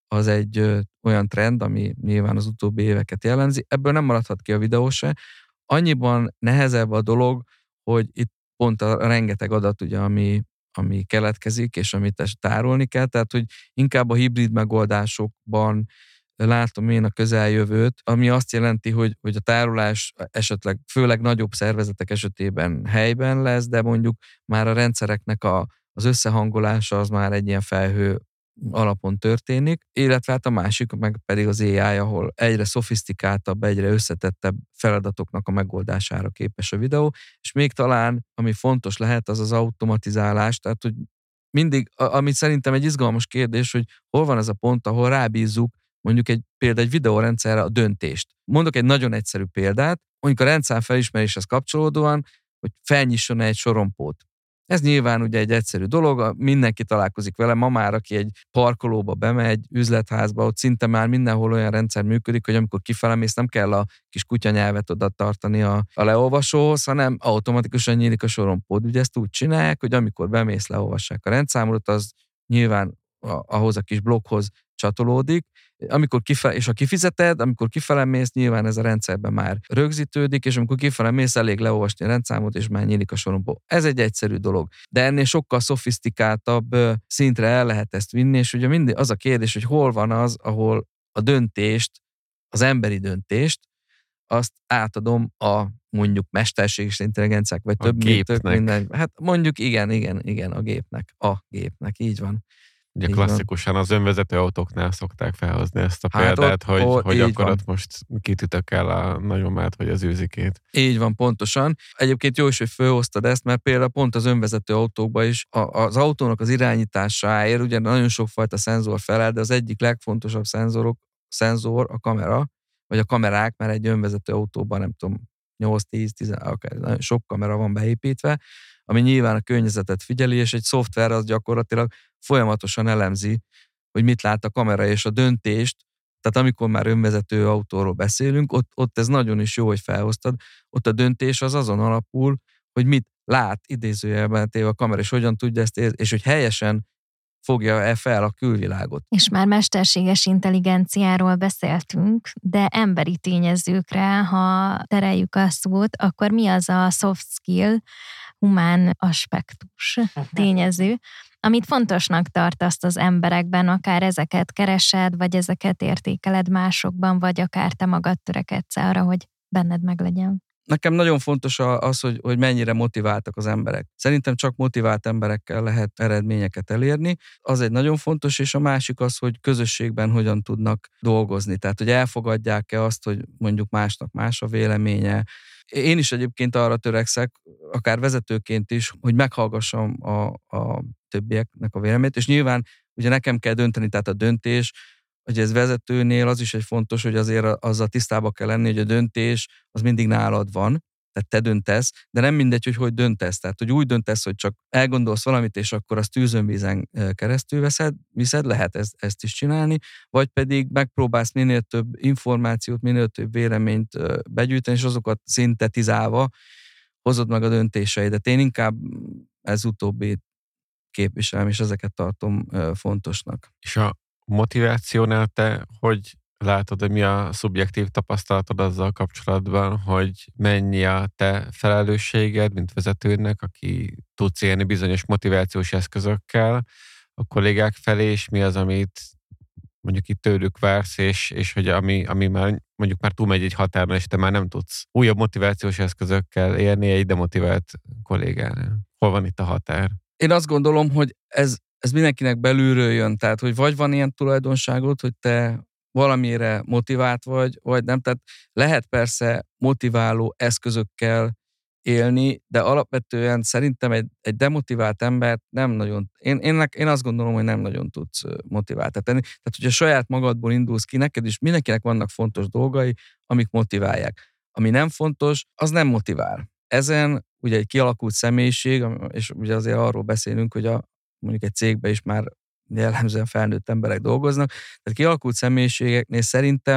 az egy ö, olyan trend, ami nyilván az utóbbi éveket jellemzi. Ebből nem maradhat ki a videó se. Annyiban nehezebb a dolog, hogy itt pont a rengeteg adat, ugye, ami, ami keletkezik, és amit tárolni kell, tehát hogy inkább a hibrid megoldásokban látom én a közeljövőt, ami azt jelenti, hogy, hogy a tárolás esetleg főleg nagyobb szervezetek esetében helyben lesz, de mondjuk már a rendszereknek a, az összehangolása az már egy ilyen felhő alapon történik, illetve hát a másik meg pedig az á i, ahol egyre szofisztikáltabb, egyre összetettebb feladatoknak a megoldására képes a videó, és még talán, ami fontos lehet, az az automatizálás, tehát hogy mindig, ami szerintem egy izgalmas kérdés, hogy hol van ez a pont, ahol rábízzuk mondjuk egy például egy videórendszerre a döntést. Mondok egy nagyon egyszerű példát, mondjuk a rendszám felismeréshez kapcsolódóan, hogy felnyisson egy sorompót. Ez nyilván ugye egy egyszerű dolog, mindenki találkozik vele, ma már aki egy parkolóba bemegy, üzletházba, ott szinte már mindenhol olyan rendszer működik, hogy amikor kifele mész, nem kell a kis kutyanyelvet oda tartani a, a leolvasóhoz, hanem automatikusan nyílik a sorompód. Ugye ezt úgy csinálják, hogy amikor bemész, leolvassák a rendszámodat, az nyilván ahhoz a kis blokkhoz csatolódik, amikor kifele, és ha kifizeted, amikor kifele mész, nyilván ez a rendszerben már rögzítődik, és amikor kifele mész, elég leolvasni a rendszámot, és már nyílik a sorompó. Ez egy egyszerű dolog. De ennél sokkal szofisztikáltabb szintre el lehet ezt vinni, és ugye mindig az a kérdés, hogy hol van az, ahol a döntést, az emberi döntést, azt átadom a mondjuk mesterséges intelligenciák, vagy a több gépnek. Tök minden. Hát mondjuk igen, igen, igen, a gépnek. A gépnek, így van. Ugye klasszikusan az önvezető autóknál szokták felhozni ezt a hát példát, ott, hogy, ott, hogy akkor van. ott most kitütök el a nagyomát, vagy az űzikét. Így van, pontosan. Egyébként jó is, hogy felhoztad ezt, mert például pont az önvezető autókban is a, az autónak az irányításáért ugye nagyon sokfajta szenzor felel, de az egyik legfontosabb szenzorok, szenzor a kamera, vagy a kamerák, mert egy önvezető autóban nem tudom, nyolc, tíz, tíz, akár nagyon sok kamera van beépítve, ami nyilván a környezetet figyeli, és egy szoftver az gyakorlatilag folyamatosan elemzi, hogy mit lát a kamera, és a döntést, tehát amikor már önvezető autóról beszélünk, ott, ott ez nagyon is jó, hogy felhoztad, ott a döntés az azon alapul, hogy mit lát idézőjelben téve a kamera, és hogyan tudja ezt érzni, és hogy helyesen fogja-e fel a külvilágot. És már mesterséges intelligenciáról beszéltünk, de emberi tényezőkre, ha tereljük a szót, akkor mi az a soft skill, humán aspektus tényező, amit fontosnak tartasz az emberekben, akár ezeket keresed, vagy ezeket értékeled másokban, vagy akár te magad törekedsz arra, hogy benned meglegyen. Nekem nagyon fontos az, hogy, hogy mennyire motiváltak az emberek. Szerintem csak motivált emberekkel lehet eredményeket elérni. Az egy nagyon fontos, és a másik az, hogy közösségben hogyan tudnak dolgozni. Tehát, hogy elfogadják-e azt, hogy mondjuk másnak más a véleménye. Én is egyébként arra törekszek, akár vezetőként is, hogy meghallgassam a, a többieknek a véleményét, és nyilván ugye nekem kell dönteni, tehát a döntés, hogy ez vezetőnél az is egy fontos, hogy azért azzal tisztában kell lenni, hogy a döntés az mindig nálad van, tehát te döntesz, de nem mindegy, hogy hogy döntesz. Tehát, hogy úgy döntesz, hogy csak elgondolsz valamit, és akkor azt tűzön-vízen keresztül veszed, viszed, lehet ezt, ezt is csinálni, vagy pedig megpróbálsz minél több információt, minél több véleményt begyűjteni, és azokat szintetizálva hozod meg a döntéseidet. Én inkább ez utóbbi képviselem, és ezeket tartom fontosnak. És a motivációnál te hogy látod, hogy mi a szubjektív tapasztalatod azzal kapcsolatban, hogy mennyi a te felelősséged, mint vezetőnek, aki tudsz élni bizonyos motivációs eszközökkel a kollégák felé, és mi az, amit mondjuk itt tőlük vársz, és, és hogy ami, ami már mondjuk már túlmegy egy határon, és te már nem tudsz újabb motivációs eszközökkel élni egy demotivált kollégánál. Hol van itt a határ? Én azt gondolom, hogy ez, ez mindenkinek belülről jön, tehát hogy vagy van ilyen tulajdonságod, hogy te valamire motivált vagy, vagy nem. Tehát lehet persze motiváló eszközökkel élni, de alapvetően szerintem egy, egy demotivált embert nem nagyon, én, én, én azt gondolom, hogy nem nagyon tudsz motiváltat tenni. Tehát, hogyha saját magadból indulsz ki, neked is mindenkinek vannak fontos dolgai, amik motiválják. Ami nem fontos, az nem motivál. Ezen ugye egy kialakult személyiség, és ugye azért arról beszélünk, hogy a, mondjuk egy cégben is már jellemzően felnőtt emberek dolgoznak, tehát kialakult személyiségeknél szerintem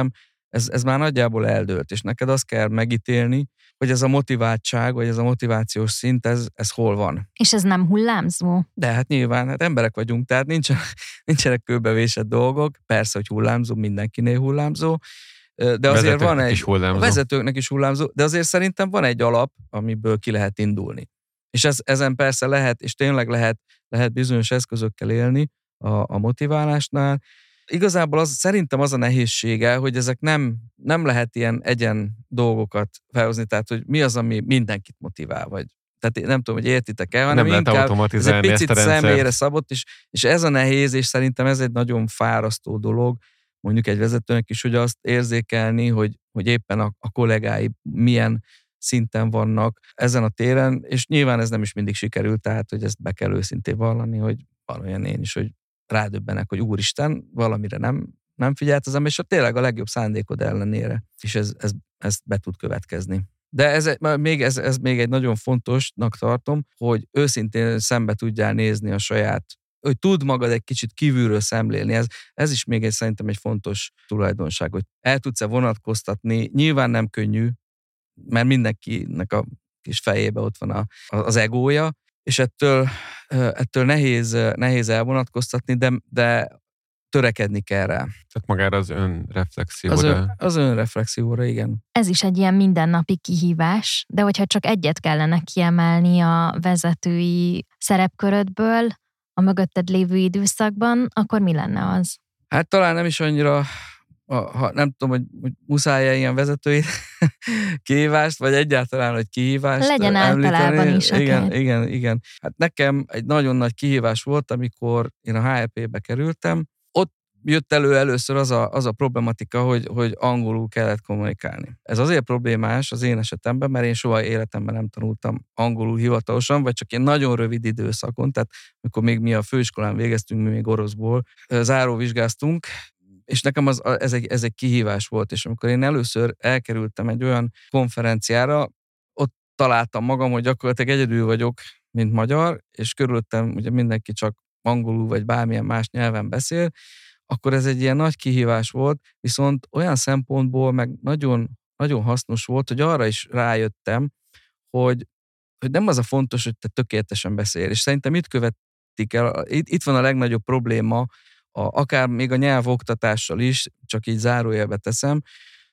ez, ez már nagyjából eldőlt, és neked azt kell megítélni, hogy ez a motiváltság, vagy ez a motivációs szint, ez, ez hol van. És ez nem hullámzó? De hát nyilván, hát emberek vagyunk, tehát nincsen, nincsenek kőbevésett dolgok, persze, hogy hullámzó, mindenkinél hullámzó, de azért van egy... Is hullámzó. A vezetőknek is hullámzó, de azért szerintem van egy alap, amiből ki lehet indulni. És ez, ezen persze lehet, és tényleg lehet, lehet bizonyos eszközökkel élni a, a motiválásnál. Igazából az, szerintem az a nehézsége, hogy ezek nem, nem lehet ilyen egyen dolgokat felhozni, tehát hogy mi az, ami mindenkit motivál, vagy tehát nem tudom, hogy értitek-e, hanem nem inkább ez egy picit ezt a személyre szabott, és, és ez a nehéz, és szerintem ez egy nagyon fárasztó dolog, mondjuk egy vezetőnek is, hogy azt érzékelni, hogy, hogy éppen a, a kollégái milyen szinten vannak ezen a téren, és nyilván ez nem is mindig sikerült, tehát hogy ezt be kell őszintén vallani, hogy van olyan én is, hogy rádöbbenek, hogy úristen, valamire nem, nem figyelt az ember, és tényleg a legjobb szándékod ellenére, és ez, ez, ez be tud következni. De ez, még, ez, ez még egy nagyon fontosnak tartom, hogy őszintén szembe tudjál nézni a saját, hogy tud magad egy kicsit kívülről szemlélni. Ez, ez is még egy, szerintem egy fontos tulajdonság, hogy el tudsz-e vonatkoztatni. Nyilván nem könnyű, mert mindenkinek a kis fejébe ott van a, az egója, és ettől, ettől nehéz, nehéz elvonatkoztatni, de, de törekedni kell rá. Tehát magára az önreflexióra. Az, ön, az önreflexióra, igen. Ez is egy ilyen mindennapi kihívás, de hogyha csak egyet kellene kiemelni a vezetői szerepkörödből a mögötted lévő időszakban, akkor mi lenne az? Hát talán nem is annyira, ha nem tudom, hogy, hogy muszáj-e ilyen vezetői kihívást, vagy egyáltalán, hogy kihívást legyen általában is. Igen, akár. igen, igen. Hát nekem egy nagyon nagy kihívás volt, amikor én a há er pé-be kerültem. Ott jött elő először az a, az a problematika, hogy, hogy angolul kellett kommunikálni. Ez azért problémás az én esetemben, mert én soha életemben nem tanultam angolul hivatalosan, vagy csak ilyen nagyon rövid időszakon, tehát amikor még mi a főiskolán végeztünk, mi még oroszból záróvizsgáztunk, és nekem az, ez, egy, ez egy kihívás volt, és amikor én először elkerültem egy olyan konferenciára, ott találtam magam, hogy gyakorlatilag egyedül vagyok, mint magyar, és körülöttem ugye mindenki csak angolul vagy bármilyen más nyelven beszél, akkor ez egy ilyen nagy kihívás volt, viszont olyan szempontból meg nagyon, nagyon hasznos volt, hogy arra is rájöttem, hogy, hogy nem az a fontos, hogy te tökéletesen beszél, és szerintem itt követik el, itt, itt van a legnagyobb probléma, A, akár még a nyelvoktatással is, csak így zárójelbe teszem,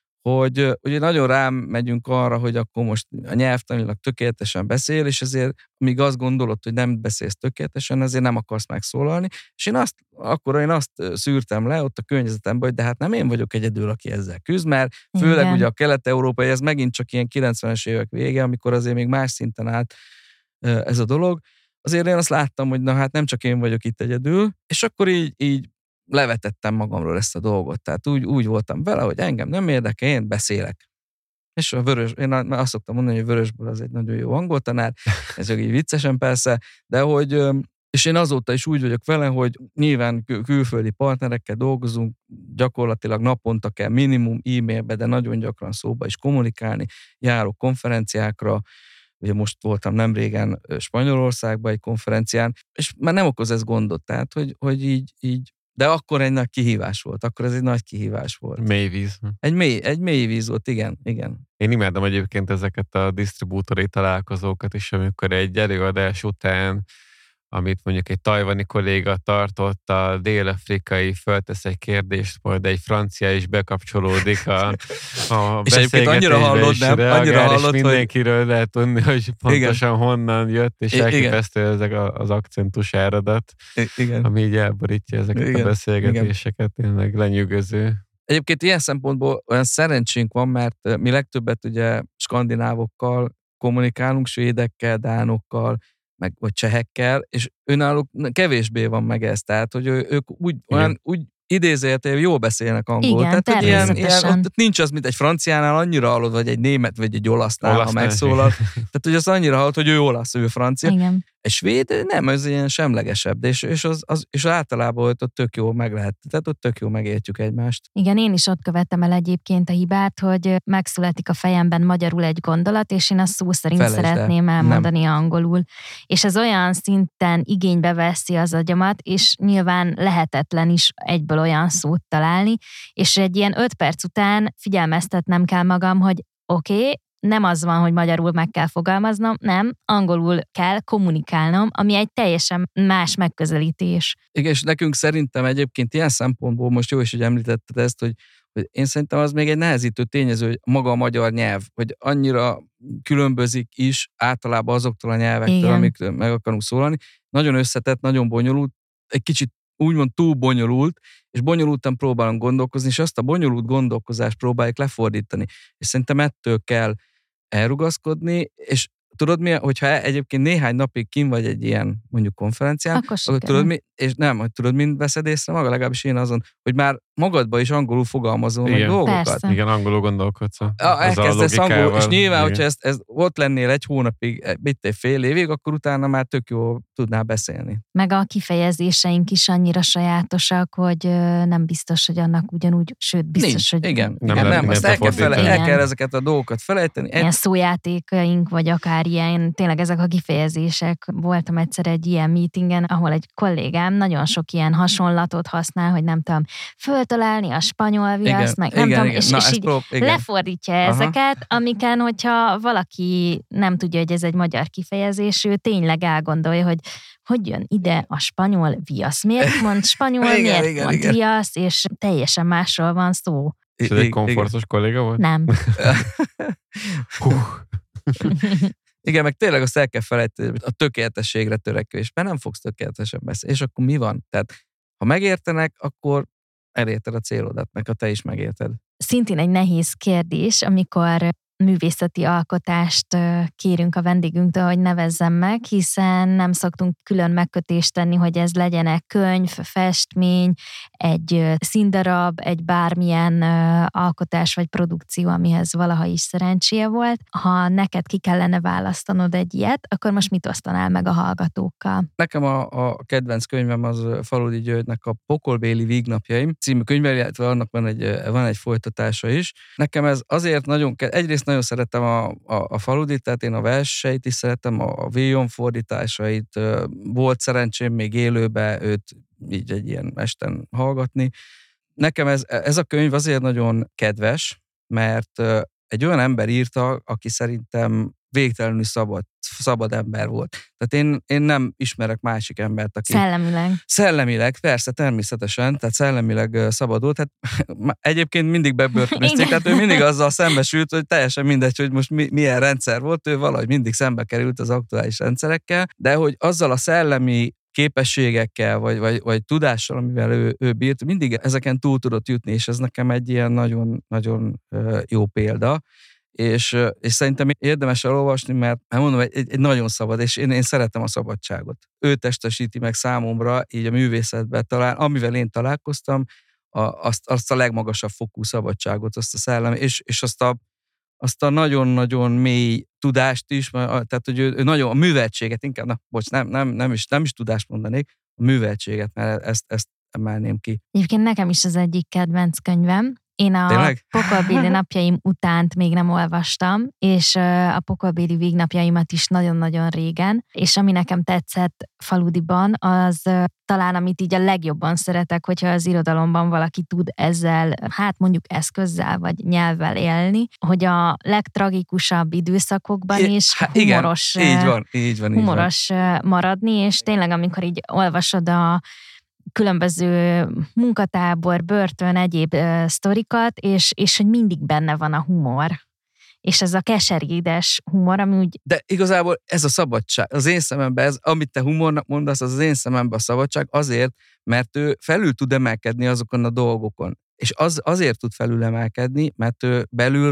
hogy ugye nagyon rám megyünk arra, hogy akkor most a nyelvtanilag tökéletesen beszél, és ezért, amíg azt gondolod, hogy nem beszélsz tökéletesen, ezért nem akarsz megszólalni, és én azt, akkor én azt szűrtem le ott a környezetemben, hogy de hát nem én vagyok egyedül, aki ezzel küzd, mert főleg igen. Ugye a kelet-európai, ez megint csak ilyen kilencvenes évek vége, amikor azért még más szinten állt ez a dolog. Azért én azt láttam, hogy na hát nem csak én vagyok itt egyedül, és akkor így, így levetettem magamról ezt a dolgot. Tehát úgy, úgy voltam vele, hogy engem nem érdekel, én beszélek. És a vörös, én azt szoktam mondani, hogy a Vörösből az egy nagyon jó angol tanár, ez így viccesen persze, de hogy, és én azóta is úgy vagyok vele, hogy nyilván kül- külföldi partnerekkel dolgozunk, gyakorlatilag naponta kell minimum e-mailbe, de nagyon gyakran szóba is kommunikálni, járok konferenciákra, ugye most voltam nem régen Spanyolországban egy konferencián, és már nem okoz ez gondot, tehát, hogy, hogy így, így, de akkor egy nagy kihívás volt, akkor ez egy nagy kihívás volt. Mély víz. Egy mély, egy mély víz volt, igen, igen. Én imádom egyébként ezeket a disztribútori találkozókat is, amikor egy előadás után, amit mondjuk egy tajvani kolléga tartott, a dél-afrikai föltesz egy kérdést, majd egy francia is bekapcsolódik a, a és egyébként annyira hallod, nem? Reagál, annyira hallod, és mindenkiről hogy... lehet tudni, hogy pontosan igen. honnan jött, és elképesztő ezek az akcentus áradat, igen. ami így elborítja ezeket igen. a beszélgetéseket, tényleg lenyűgöző. Egyébként ilyen szempontból olyan szerencsénk van, mert mi legtöbbet ugye skandinávokkal kommunikálunk, svédekkel, dánokkal, meg vagy csehekkel, és önállók kevésbé van meg ez, tehát, hogy ők úgy, olyan, úgy idézőjelben jól beszélnek angolul. Igen, tehát, hogy ilyen, ilyen, ott nincs az, mint egy franciánál annyira hallod, vagy egy német, vagy egy olasznál, Olasz ha megszólal. Tehát, hogy az annyira hallod, hogy ő olasz, ő francia. Igen. Egy svéd nem, az ilyen semlegesebb, és, és, az, az, és általában ott tök jó meg lehet, tehát ott tök jó megértjük egymást. Igen, én is ott követtem el egyébként a hibát, hogy megszületik a fejemben magyarul egy gondolat, és én azt szó szerint Felejtsd el. szeretném elmondani Nem. angolul. És ez olyan szinten igénybe veszi az agyamat, és nyilván lehetetlen is egyből olyan szót találni, és egy ilyen öt perc után figyelmeztetnem kell magam, hogy oké, okay, nem az van, hogy magyarul meg kell fogalmaznom, nem, angolul kell kommunikálnom, ami egy teljesen más megközelítés. Igen, és nekünk szerintem egyébként ilyen szempontból, most jó is, hogy említetted ezt, hogy, hogy én szerintem az még egy nehezítő tényező, hogy maga a magyar nyelv, hogy annyira különbözik is általában azoktól a nyelvektől, Igen. amikről meg akarunk szólalni. Nagyon összetett, nagyon bonyolult, egy kicsit úgymond túl bonyolult, és bonyolultan próbálunk gondolkozni, és azt a bonyolult gondolkozást próbáljuk lefordítani. És szerintem ettől kell elrugaszkodni, és tudod mi, hogyha egyébként néhány napig kim vagy egy ilyen mondjuk konferencián, Akkor, akkor tudod mi, és nem, hogy tudod, mind veszed észre maga, legalábbis én azon, hogy már magadba is angolul fogalmazol meg dolgokat. Persze. Igen, angolul gondolkodsz. A, elkezdesz angolul, és nyilván, igen. hogyha ezt, ezt ott lennél egy hónapig, mit egy fél évig, akkor utána már tök jó tudnál beszélni. Meg a kifejezéseink is annyira sajátosak, hogy nem biztos, hogy annak ugyanúgy, sőt, biztos, Nincs. hogy... Igen, Nem igen, lehet nem, azt el kell, fele, lefordítani. el kell ezeket a dolgokat felejteni. Ilyen szójátékaink, vagy akár ilyen, tényleg ezek a kifejezések. Voltam egyszer egy ilyen meetingen, ahol egy kollégám nagyon sok ilyen hasonlatot használ, hogy nem tudom, föltalálni a spanyol viaszt, meg nem igen, tudom, igen. és, Na, és ezt így prób- igen. lefordítja Aha. ezeket, amiken, hogyha valaki nem tudja, hogy ez egy magyar kifejezés, ő tényleg elgondolja, hogy hogy jön ide a spanyol viasz. Miért mond spanyol, Igen, miért igen, mond igen. viasz, és teljesen másról van szó. És ez egy komfortos kolléga volt? Nem. Hú. Igen, meg tényleg azt el kell felejteni, a tökéletességre törekvés, mert nem fogsz tökéletesen beszélni. És akkor mi van? Tehát, ha megértenek, akkor elérted a célodat, meg ha te is megérted. Szintén egy nehéz kérdés, amikor művészeti alkotást kérünk a vendégünktől, hogy nevezzem meg, hiszen nem szoktunk külön megkötést tenni, hogy ez legyen egy könyv, festmény, egy színdarab, egy bármilyen alkotás vagy produkció, amihez valaha is szerencséje volt. Ha neked ki kellene választanod egy ilyet, akkor most mit osztanál meg a hallgatókkal? Nekem a, a kedvenc könyvem az Faludi Györgynek a Pokolbéli vígnapjaim című könyve, illetve annak van egy, van egy folytatása is. Nekem ez azért nagyon, egyrészt nagyon szeretem a, a, a Faludit, tehát én a verseit is szeretem, a, a Villon fordításait, volt szerencsém még élőbe őt így egy ilyen esten hallgatni. Nekem ez, ez a könyv azért nagyon kedves, mert egy olyan ember írta, aki szerintem végtelenül szabad, szabad ember volt. Tehát én, én nem ismerek másik embert, aki... Szellemileg. Szellemileg, persze, természetesen, tehát szellemileg szabadult. Hát egyébként mindig bebörtönözték, tehát ő mindig azzal szembesült, hogy teljesen mindegy, hogy most mi, milyen rendszer volt, ő valahogy mindig szembe került az aktuális rendszerekkel, de hogy azzal a szellemi képességekkel, vagy, vagy, vagy tudással, amivel ő, ő bírt, mindig ezeken túl tudott jutni, és ez nekem egy ilyen nagyon, nagyon jó példa. És, és szerintem érdemes elolvasni, mert mondom, egy, egy nagyon szabad, és én, én szeretem a szabadságot. Ő testesíti meg számomra, így a művészetben talán, amivel én találkoztam, a, azt, azt a legmagasabb fokú szabadságot, azt a szellem, és, és azt, a, azt a nagyon-nagyon mély tudást is, tehát hogy ő, ő nagyon, a műveltséget inkább, na, bocs, nem, nem, nem, is, nem is tudást mondanék, a műveltséget, mert ezt, ezt emelném ki. Egyébként nekem is az egyik kedvenc könyvem. Én a Tényleg? Pokolbéli napjaim utánt még nem olvastam, és a Pokolbéli vígnapjaimat is nagyon-nagyon régen, és ami nekem tetszett Faludiban, az talán amit így a legjobban szeretek, hogyha az irodalomban valaki tud ezzel, hát mondjuk eszközzel vagy nyelvvel élni, hogy a legtragikusabb időszakokban I, is hát humoros, igen, így van, így van, humoros így van. maradni, és tényleg amikor így olvasod a különböző munkatábor, börtön, egyéb uh, sztorikat, és, és hogy mindig benne van a humor. És ez a keserédes humor, ami úgy... De igazából ez a szabadság. Az én szememben ez, amit te humornak mondasz, az az én szememben a szabadság azért, mert ő felül tud emelkedni azokon a dolgokon. És az azért tud felül emelkedni, mert ő belül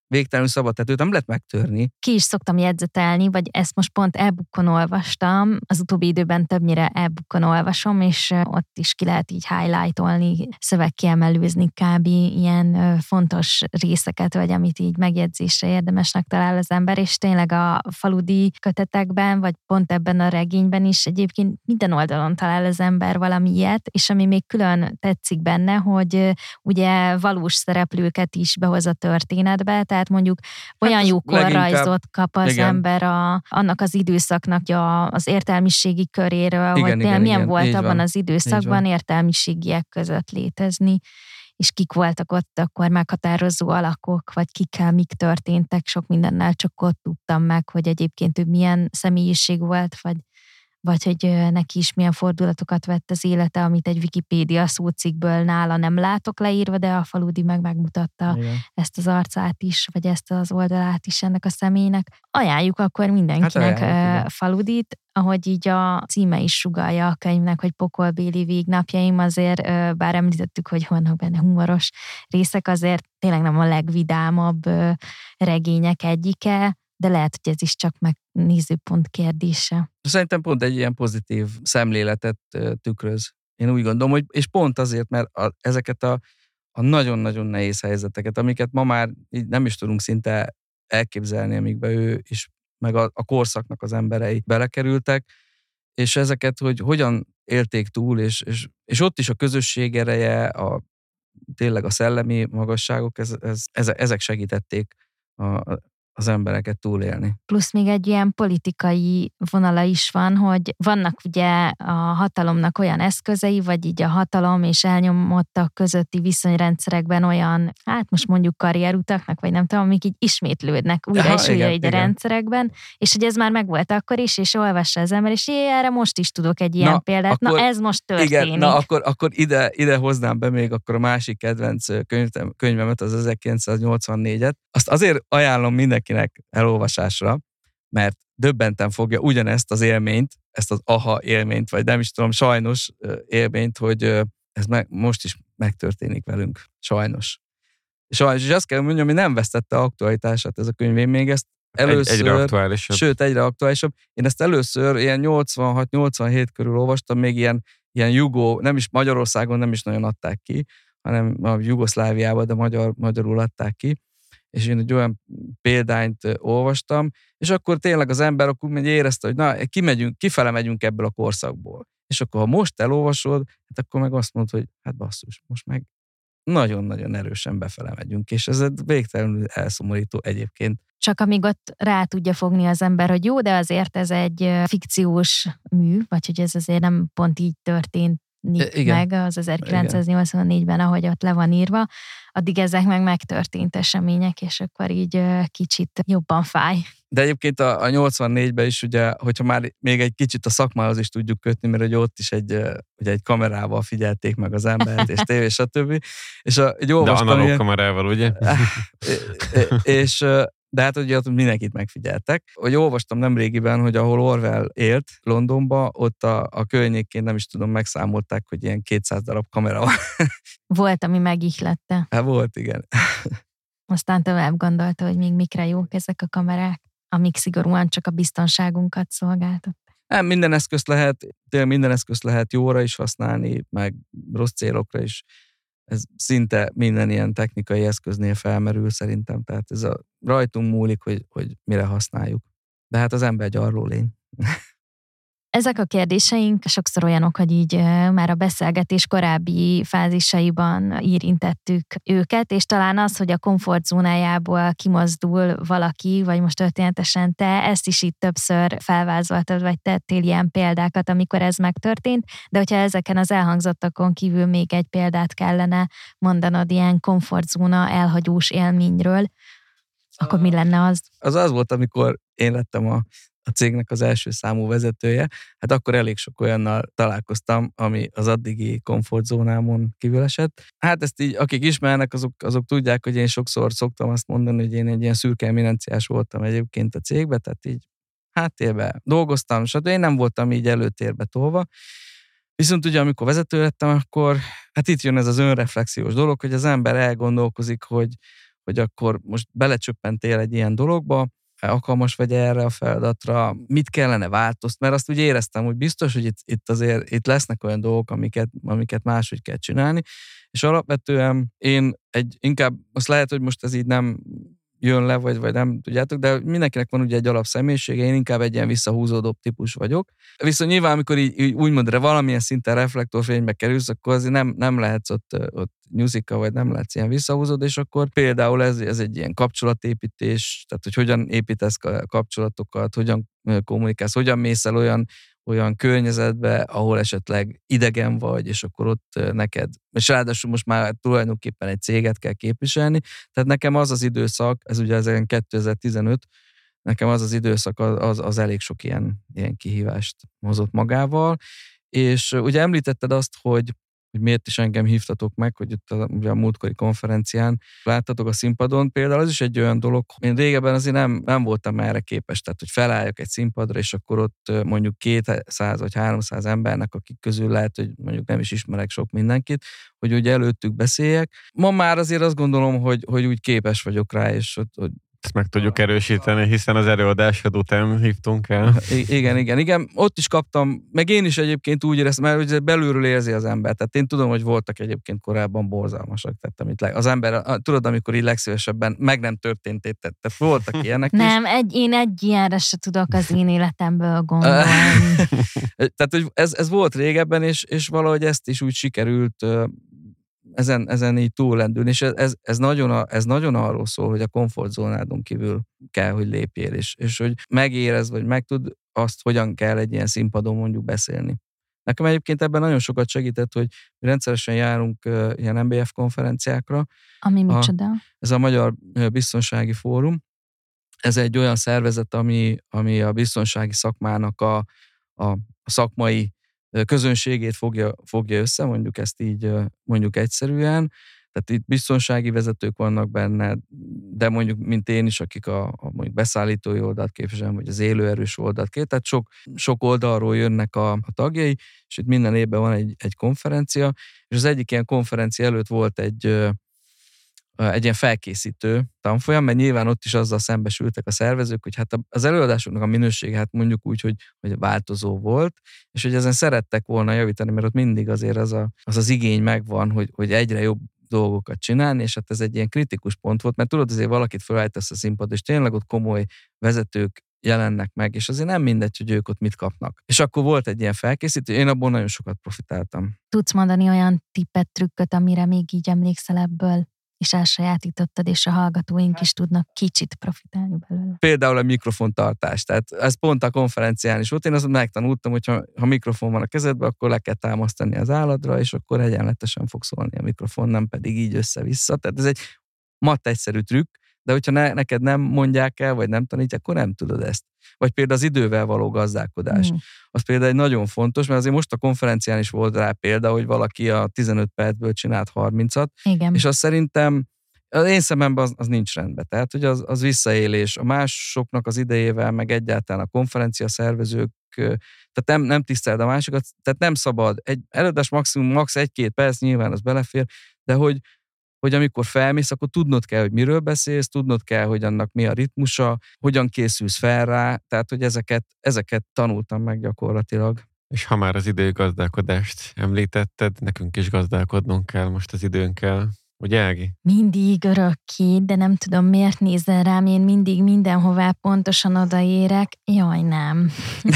végtelenül szabad, tehát őt nem lehet megtörni. Ki is szoktam jegyzetelni, vagy ezt most pont e-bookon olvastam, az utóbbi időben többnyire e-bookon olvasom, és ott is ki lehet így highlightolni, szövegkiemelőzni kb. Ilyen fontos részeket, vagy amit így megjegyzésre érdemesnek talál az ember, és tényleg a faludi kötetekben, vagy pont ebben a regényben is egyébként minden oldalon talál az ember valami ilyet, és ami még külön tetszik benne, hogy ugye valós szereplőket is behoz a történetbe, tehát mondjuk olyan hát jó korrajzot kap az igen. ember a, annak az időszaknak a, az értelmiségi köréről, igen, hogy igen, milyen igen, volt abban van. Az időszakban értelmiségiek között létezni, és kik voltak ott akkor meghatározó alakok, vagy kikkel mik történtek, sok mindennel csak ott tudtam meg, hogy egyébként ő milyen személyiség volt, vagy vagy hogy neki is milyen fordulatokat vett az élete, amit egy Wikipédia szócikkből nála nem látok leírva, de a Faludi meg megmutatta igen. ezt az arcát is, vagy ezt az oldalát is ennek a személynek. Ajánljuk akkor mindenkinek hát Faludit, ahogy így a címe is sugallja a könyvnek, hogy pokolbéli végnapjaim, azért bár említettük, hogy vannak benne humoros részek, azért tényleg nem a legvidámabb regények egyike, de lehet, hogy ez is csak meg nézőpont kérdése. Szerintem pont egy ilyen pozitív szemléletet tükröz. Én úgy gondolom, hogy és pont azért, mert a, ezeket a, a nagyon-nagyon nehéz helyzeteket, amiket ma már így nem is tudunk szinte elképzelni, amikbe ő is, meg a, a korszaknak az emberei belekerültek, és ezeket, hogy hogyan élték túl, és, és, és ott is a közösség ereje, a, tényleg a szellemi magasságok, ez, ez, ezek segítették a, az embereket túlélni. Plusz még egy ilyen politikai vonala is van, hogy vannak ugye a hatalomnak olyan eszközei, vagy így a hatalom és elnyomottak közötti viszonyrendszerekben olyan, hát most mondjuk karrierutaknak, vagy nem tudom, amik így ismétlődnek újra Aha, és újra így a rendszerekben, és hogy ez már megvolt akkor is, és olvassa az ember, és jé, erre most is tudok egy ilyen na, példát, akkor, na ez most történik. Igen, na akkor, akkor ide, ide hoznám be még akkor a másik kedvenc könyvem, könyvemet, az ezerkilencszáznyolcvannégyet. Azt azért ajánlom mindenki elolvasásra, mert döbbenten fogja ugyanezt az élményt, ezt az aha élményt, vagy nem is tudom, sajnos élményt, hogy ez meg, most is megtörténik velünk. Sajnos. Sajnos, és azt kell mondjam, hogy nem vesztette aktualitását ez a könyv. Én még ezt először, Egy, egyre aktuálisabb. Sőt, egyre aktuálisabb. Én ezt először ilyen nyolcvanhat nyolcvanhét körül olvastam, még ilyen, ilyen jugó, nem is Magyarországon nem is nagyon adták ki, hanem a Jugoszláviában, de magyar, magyarul adták ki. És én egy olyan példányt olvastam, és akkor tényleg az ember akkor úgy érezte, hogy na, kimegyünk, kifele megyünk ebből a korszakból. És akkor ha most elolvasod, hát akkor meg azt mondod, hogy hát basszus, most meg nagyon-nagyon erősen befele megyünk, és ez végtelenül elszomorító egyébként. Csak amíg ott rá tudja fogni az ember, hogy jó, de azért ez egy fikciós mű, vagy hogy ez azért nem pont így történt meg az ezerkilencszáznyolcvannégyben, ahogy ott le van írva, addig ezek meg megtörtént események, és akkor így kicsit jobban fáj. De egyébként a, a nyolcvannégyben is, ugye, hogyha már még egy kicsit a szakmához is tudjuk kötni, mert ugye ott is egy, ugye egy kamerával figyelték meg az embert, és tévé, stb. És a, egy De analóg ilyen, kamerával, ugye? és de hát ugye ott mindenkit megfigyeltek. Hogy olvastam nemrégiben, hogy ahol Orwell élt, Londonban, ott a, a környékén nem is tudom, megszámolták, hogy ilyen kétszáz darab kamera van. Volt, ami megihlette. Hát volt, igen. Aztán tovább gondolta, hogy még mikre jók ezek a kamerák, amik szigorúan csak a biztonságunkat szolgáltatták. Nem, minden eszközt lehet, tényleg minden eszközt lehet jóra is használni, meg rossz célokra is. Ez szinte minden ilyen technikai eszköznél felmerül szerintem, tehát ez a rajtunk múlik, hogy, hogy mire használjuk. De hát az ember gyarló lény. Ezek a kérdéseink sokszor olyanok, hogy így már a beszélgetés korábbi fázisaiban érintettük őket, és talán az, hogy a komfortzónájából kimozdul valaki, vagy most történetesen te, ezt is itt többször felvázoltad, vagy tettél ilyen példákat, amikor ez megtörtént, de hogyha ezeken az elhangzottakon kívül még egy példát kellene mondanod ilyen komfortzóna elhagyós élményről, akkor mi lenne az? Az az volt, amikor én lettem a a cégnek az első számú vezetője, hát akkor elég sok olyannal találkoztam, ami az addigi komfortzónámon kívül esett. Hát ezt így, akik ismernek, azok, azok tudják, hogy én sokszor szoktam azt mondani, hogy én egy ilyen szürke eminenciás voltam egyébként a cégbe, tehát így háttérbe dolgoztam, stb. Én nem voltam így előtérbe tolva. Viszont ugye, amikor vezető lettem, akkor hát itt jön ez az önreflexiós dolog, hogy az ember elgondolkozik, hogy hogy akkor most belecsöppentél egy ilyen dologba, alkalmas vagy erre a feladatra, mit kellene változtatni, mert azt úgy éreztem, hogy biztos, hogy itt, itt azért itt lesznek olyan dolgok, amiket, amiket máshogy kell csinálni, és alapvetően én egy, inkább, azt lehet, hogy most ez így nem jön le, vagy, vagy nem tudjátok, de mindenkinek van ugye egy alapszemélyisége, én inkább egy ilyen visszahúzódóbb típus vagyok. Viszont nyilván, amikor így, így úgymond valamilyen szinten reflektorfénybe kerülsz, akkor azért nem, nem lehetsz ott, ott nyuzika, vagy nem lehetsz ilyen visszahúzódó, és akkor például ez, ez egy ilyen kapcsolatépítés, tehát hogy hogyan építesz kapcsolatokat, hogyan kommunikálsz, hogyan mész el olyan olyan környezetbe, ahol esetleg idegen vagy, és akkor ott neked, és ráadásul most már tulajdonképpen egy céget kell képviselni, tehát nekem az az időszak, ez ugye ez kétezer-tizenöt, nekem az az időszak az, az, az elég sok ilyen, ilyen kihívást hozott magával, és ugye említetted azt, hogy hogy miért is engem hívtatok meg, hogy itt a, ugye a múltkori konferencián láttatok a színpadon. Például az is egy olyan dolog, én régebben azért nem, nem voltam erre képes, tehát hogy felálljak egy színpadra, és akkor ott mondjuk kétszáz vagy háromszáz embernek, akik közül lehet, hogy mondjuk nem is ismerek sok mindenkit, hogy ugye előttük beszéljek. Ma már azért azt gondolom, hogy, hogy úgy képes vagyok rá, és hogy, hogy ezt meg tudjuk erősíteni, hiszen az előadásod után hívtunk el. I- igen, igen, igen. Ott is kaptam, meg én is egyébként úgy éreztem, mert ugye belülről érzi az ember. Tehát én tudom, hogy voltak egyébként korábban borzalmasak. Tehát amit leg, az ember, tudod, amikor így legszívesebben meg nem történt, tehát voltak ilyenek is. Nem, egy, én egy ilyenre se tudok az én életemből gondolni. Tehát, hogy ez, ez volt régebben, és, és valahogy ezt is úgy sikerült ezen, ezen így túllendülni, és ez, ez, nagyon, ez nagyon arról szól, hogy a komfortzónádon kívül kell, hogy lépjél, és, és hogy megérezd, vagy megtud azt, hogyan kell egy ilyen színpadon mondjuk beszélni. Nekem egyébként ebben nagyon sokat segített, hogy rendszeresen járunk uh, ilyen em bé ef konferenciákra. Ami micsoda? A, ez a Magyar Biztonsági Fórum. Ez egy olyan szervezet, ami, ami a biztonsági szakmának a, a, a szakmai közönségét fogja, fogja össze, mondjuk ezt így mondjuk egyszerűen. Tehát itt biztonsági vezetők vannak benne, de mondjuk, mint én is, akik a, a mondjuk beszállítói oldalt képviselem, vagy az élőerős oldalt képviselem, tehát sok, sok oldalról jönnek a, a tagjai, és itt minden évben van egy, egy konferencia, és az egyik ilyen konferencia előtt volt egy egy ilyen felkészítő tanfolyam, mert nyilván ott is azzal szembesültek a szervezők, hogy hát az előadásoknak a minősége, hát mondjuk úgy, hogy, hogy változó volt, és hogy ezen szerettek volna javítani, mert ott mindig azért az a, az, az igény megvan, hogy, hogy egyre jobb dolgokat csinálni, és hát ez egy ilyen kritikus pont volt, mert tudod, azért valakit felállítasz a színpadra, és tényleg ott komoly vezetők jelennek meg, és azért nem mindegy, hogy ők ott mit kapnak. És akkor volt egy ilyen felkészítő, én abból nagyon sokat profitáltam. Tudsz mondani olyan tippet, trükköt, amire még így emlékszel ebből? És elsajátítottad, és a hallgatóink is tudnak kicsit profitálni belőle. Például a mikrofontartás. Tehát ez pont a konferencián is volt. Én azt megtanultam, hogy ha, ha mikrofon van a kezedben, akkor le kell támasztani az álladra, és akkor egyenletesen fog szólni a mikrofon, nem pedig így össze-vissza. Tehát ez egy matt egyszerű trükk, de hogyha ne, neked nem mondják el, vagy nem tanítják, akkor nem tudod ezt. Vagy például az idővel való gazdálkodás. Mm. Az például egy nagyon fontos, mert azért most a konferencián is volt rá példa, hogy valaki a tizenöt percből csinált harmincat, igen. És azt szerintem az én szememben az, az nincs rendben. Tehát, hogy az, az visszaélés a másoknak az idejével, meg egyáltalán a konferencia szervezők, tehát nem, nem tiszteld a másikat, tehát nem szabad. Egy előadás maximum max egy-két perc, nyilván az belefér, de hogy hogy amikor felmész, akkor tudnod kell, hogy miről beszélsz, tudnod kell, hogy annak mi a ritmusa, hogyan készülsz fel rá, tehát, hogy ezeket, ezeket tanultam meg gyakorlatilag. És ha már az időgazdálkodást említetted, nekünk is gazdálkodnunk kell most az időnkkel. Ugye, Ági? Mindig örökké, de nem tudom, miért nézel rám, én mindig mindenhová pontosan odaérek. Jaj, nem.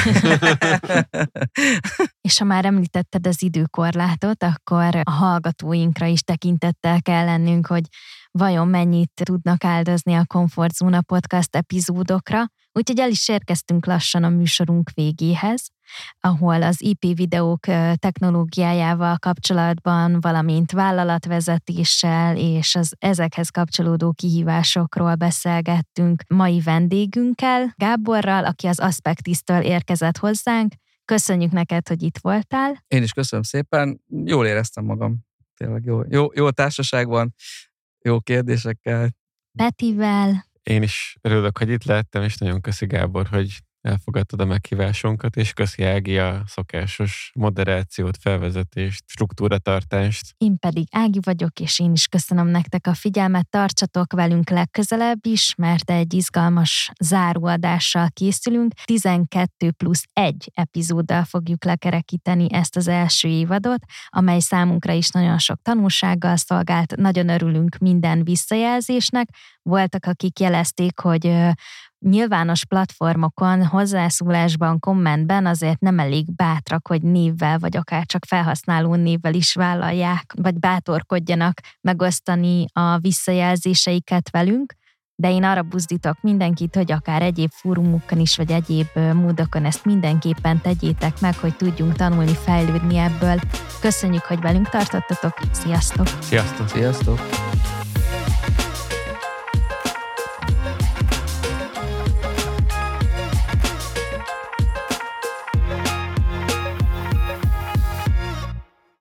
És ha már említetted az időkorlátot, akkor a hallgatóinkra is tekintettel kell lennünk, hogy vajon mennyit tudnak áldozni a Komfortzóna podcast epizódokra. Úgyhogy el is érkeztünk lassan a műsorunk végéhez, ahol az í pé videók technológiájával kapcsolatban, valamint vállalatvezetéssel és az ezekhez kapcsolódó kihívásokról beszélgettünk mai vendégünkkel, Gáborral, aki az Aspectis-től érkezett hozzánk. Köszönjük neked, hogy itt voltál. Én is köszönöm szépen, jól éreztem magam. Tényleg jó, jó, jó társaságban, jó kérdésekkel. Petivel. Én is örülök, hogy itt lehettem, és nagyon köszi, Gábor, hogy elfogadtad a meghívásunkat, és köszi Ági a szokásos moderációt, felvezetést, struktúratartást. Én pedig Ági vagyok, és én is köszönöm nektek a figyelmet, tartsatok velünk legközelebb is, mert egy izgalmas záróadással készülünk. tizenkettő plusz egy epizóddal fogjuk lekerekíteni ezt az első évadot, amely számunkra is nagyon sok tanulsággal szolgált. Nagyon örülünk minden visszajelzésnek. Voltak, akik jelezték, hogy nyilvános platformokon, hozzászólásban, kommentben azért nem elég bátrak, hogy névvel, vagy akár csak felhasználó névvel is vállalják, vagy bátorkodjanak megosztani a visszajelzéseiket velünk, de én arra buzdítok mindenkit, hogy akár egyéb fórumokon is, vagy egyéb módokon ezt mindenképpen tegyétek meg, hogy tudjunk tanulni, fejlődni ebből. Köszönjük, hogy velünk tartottatok, sziasztok! Sziasztok! Sziasztok!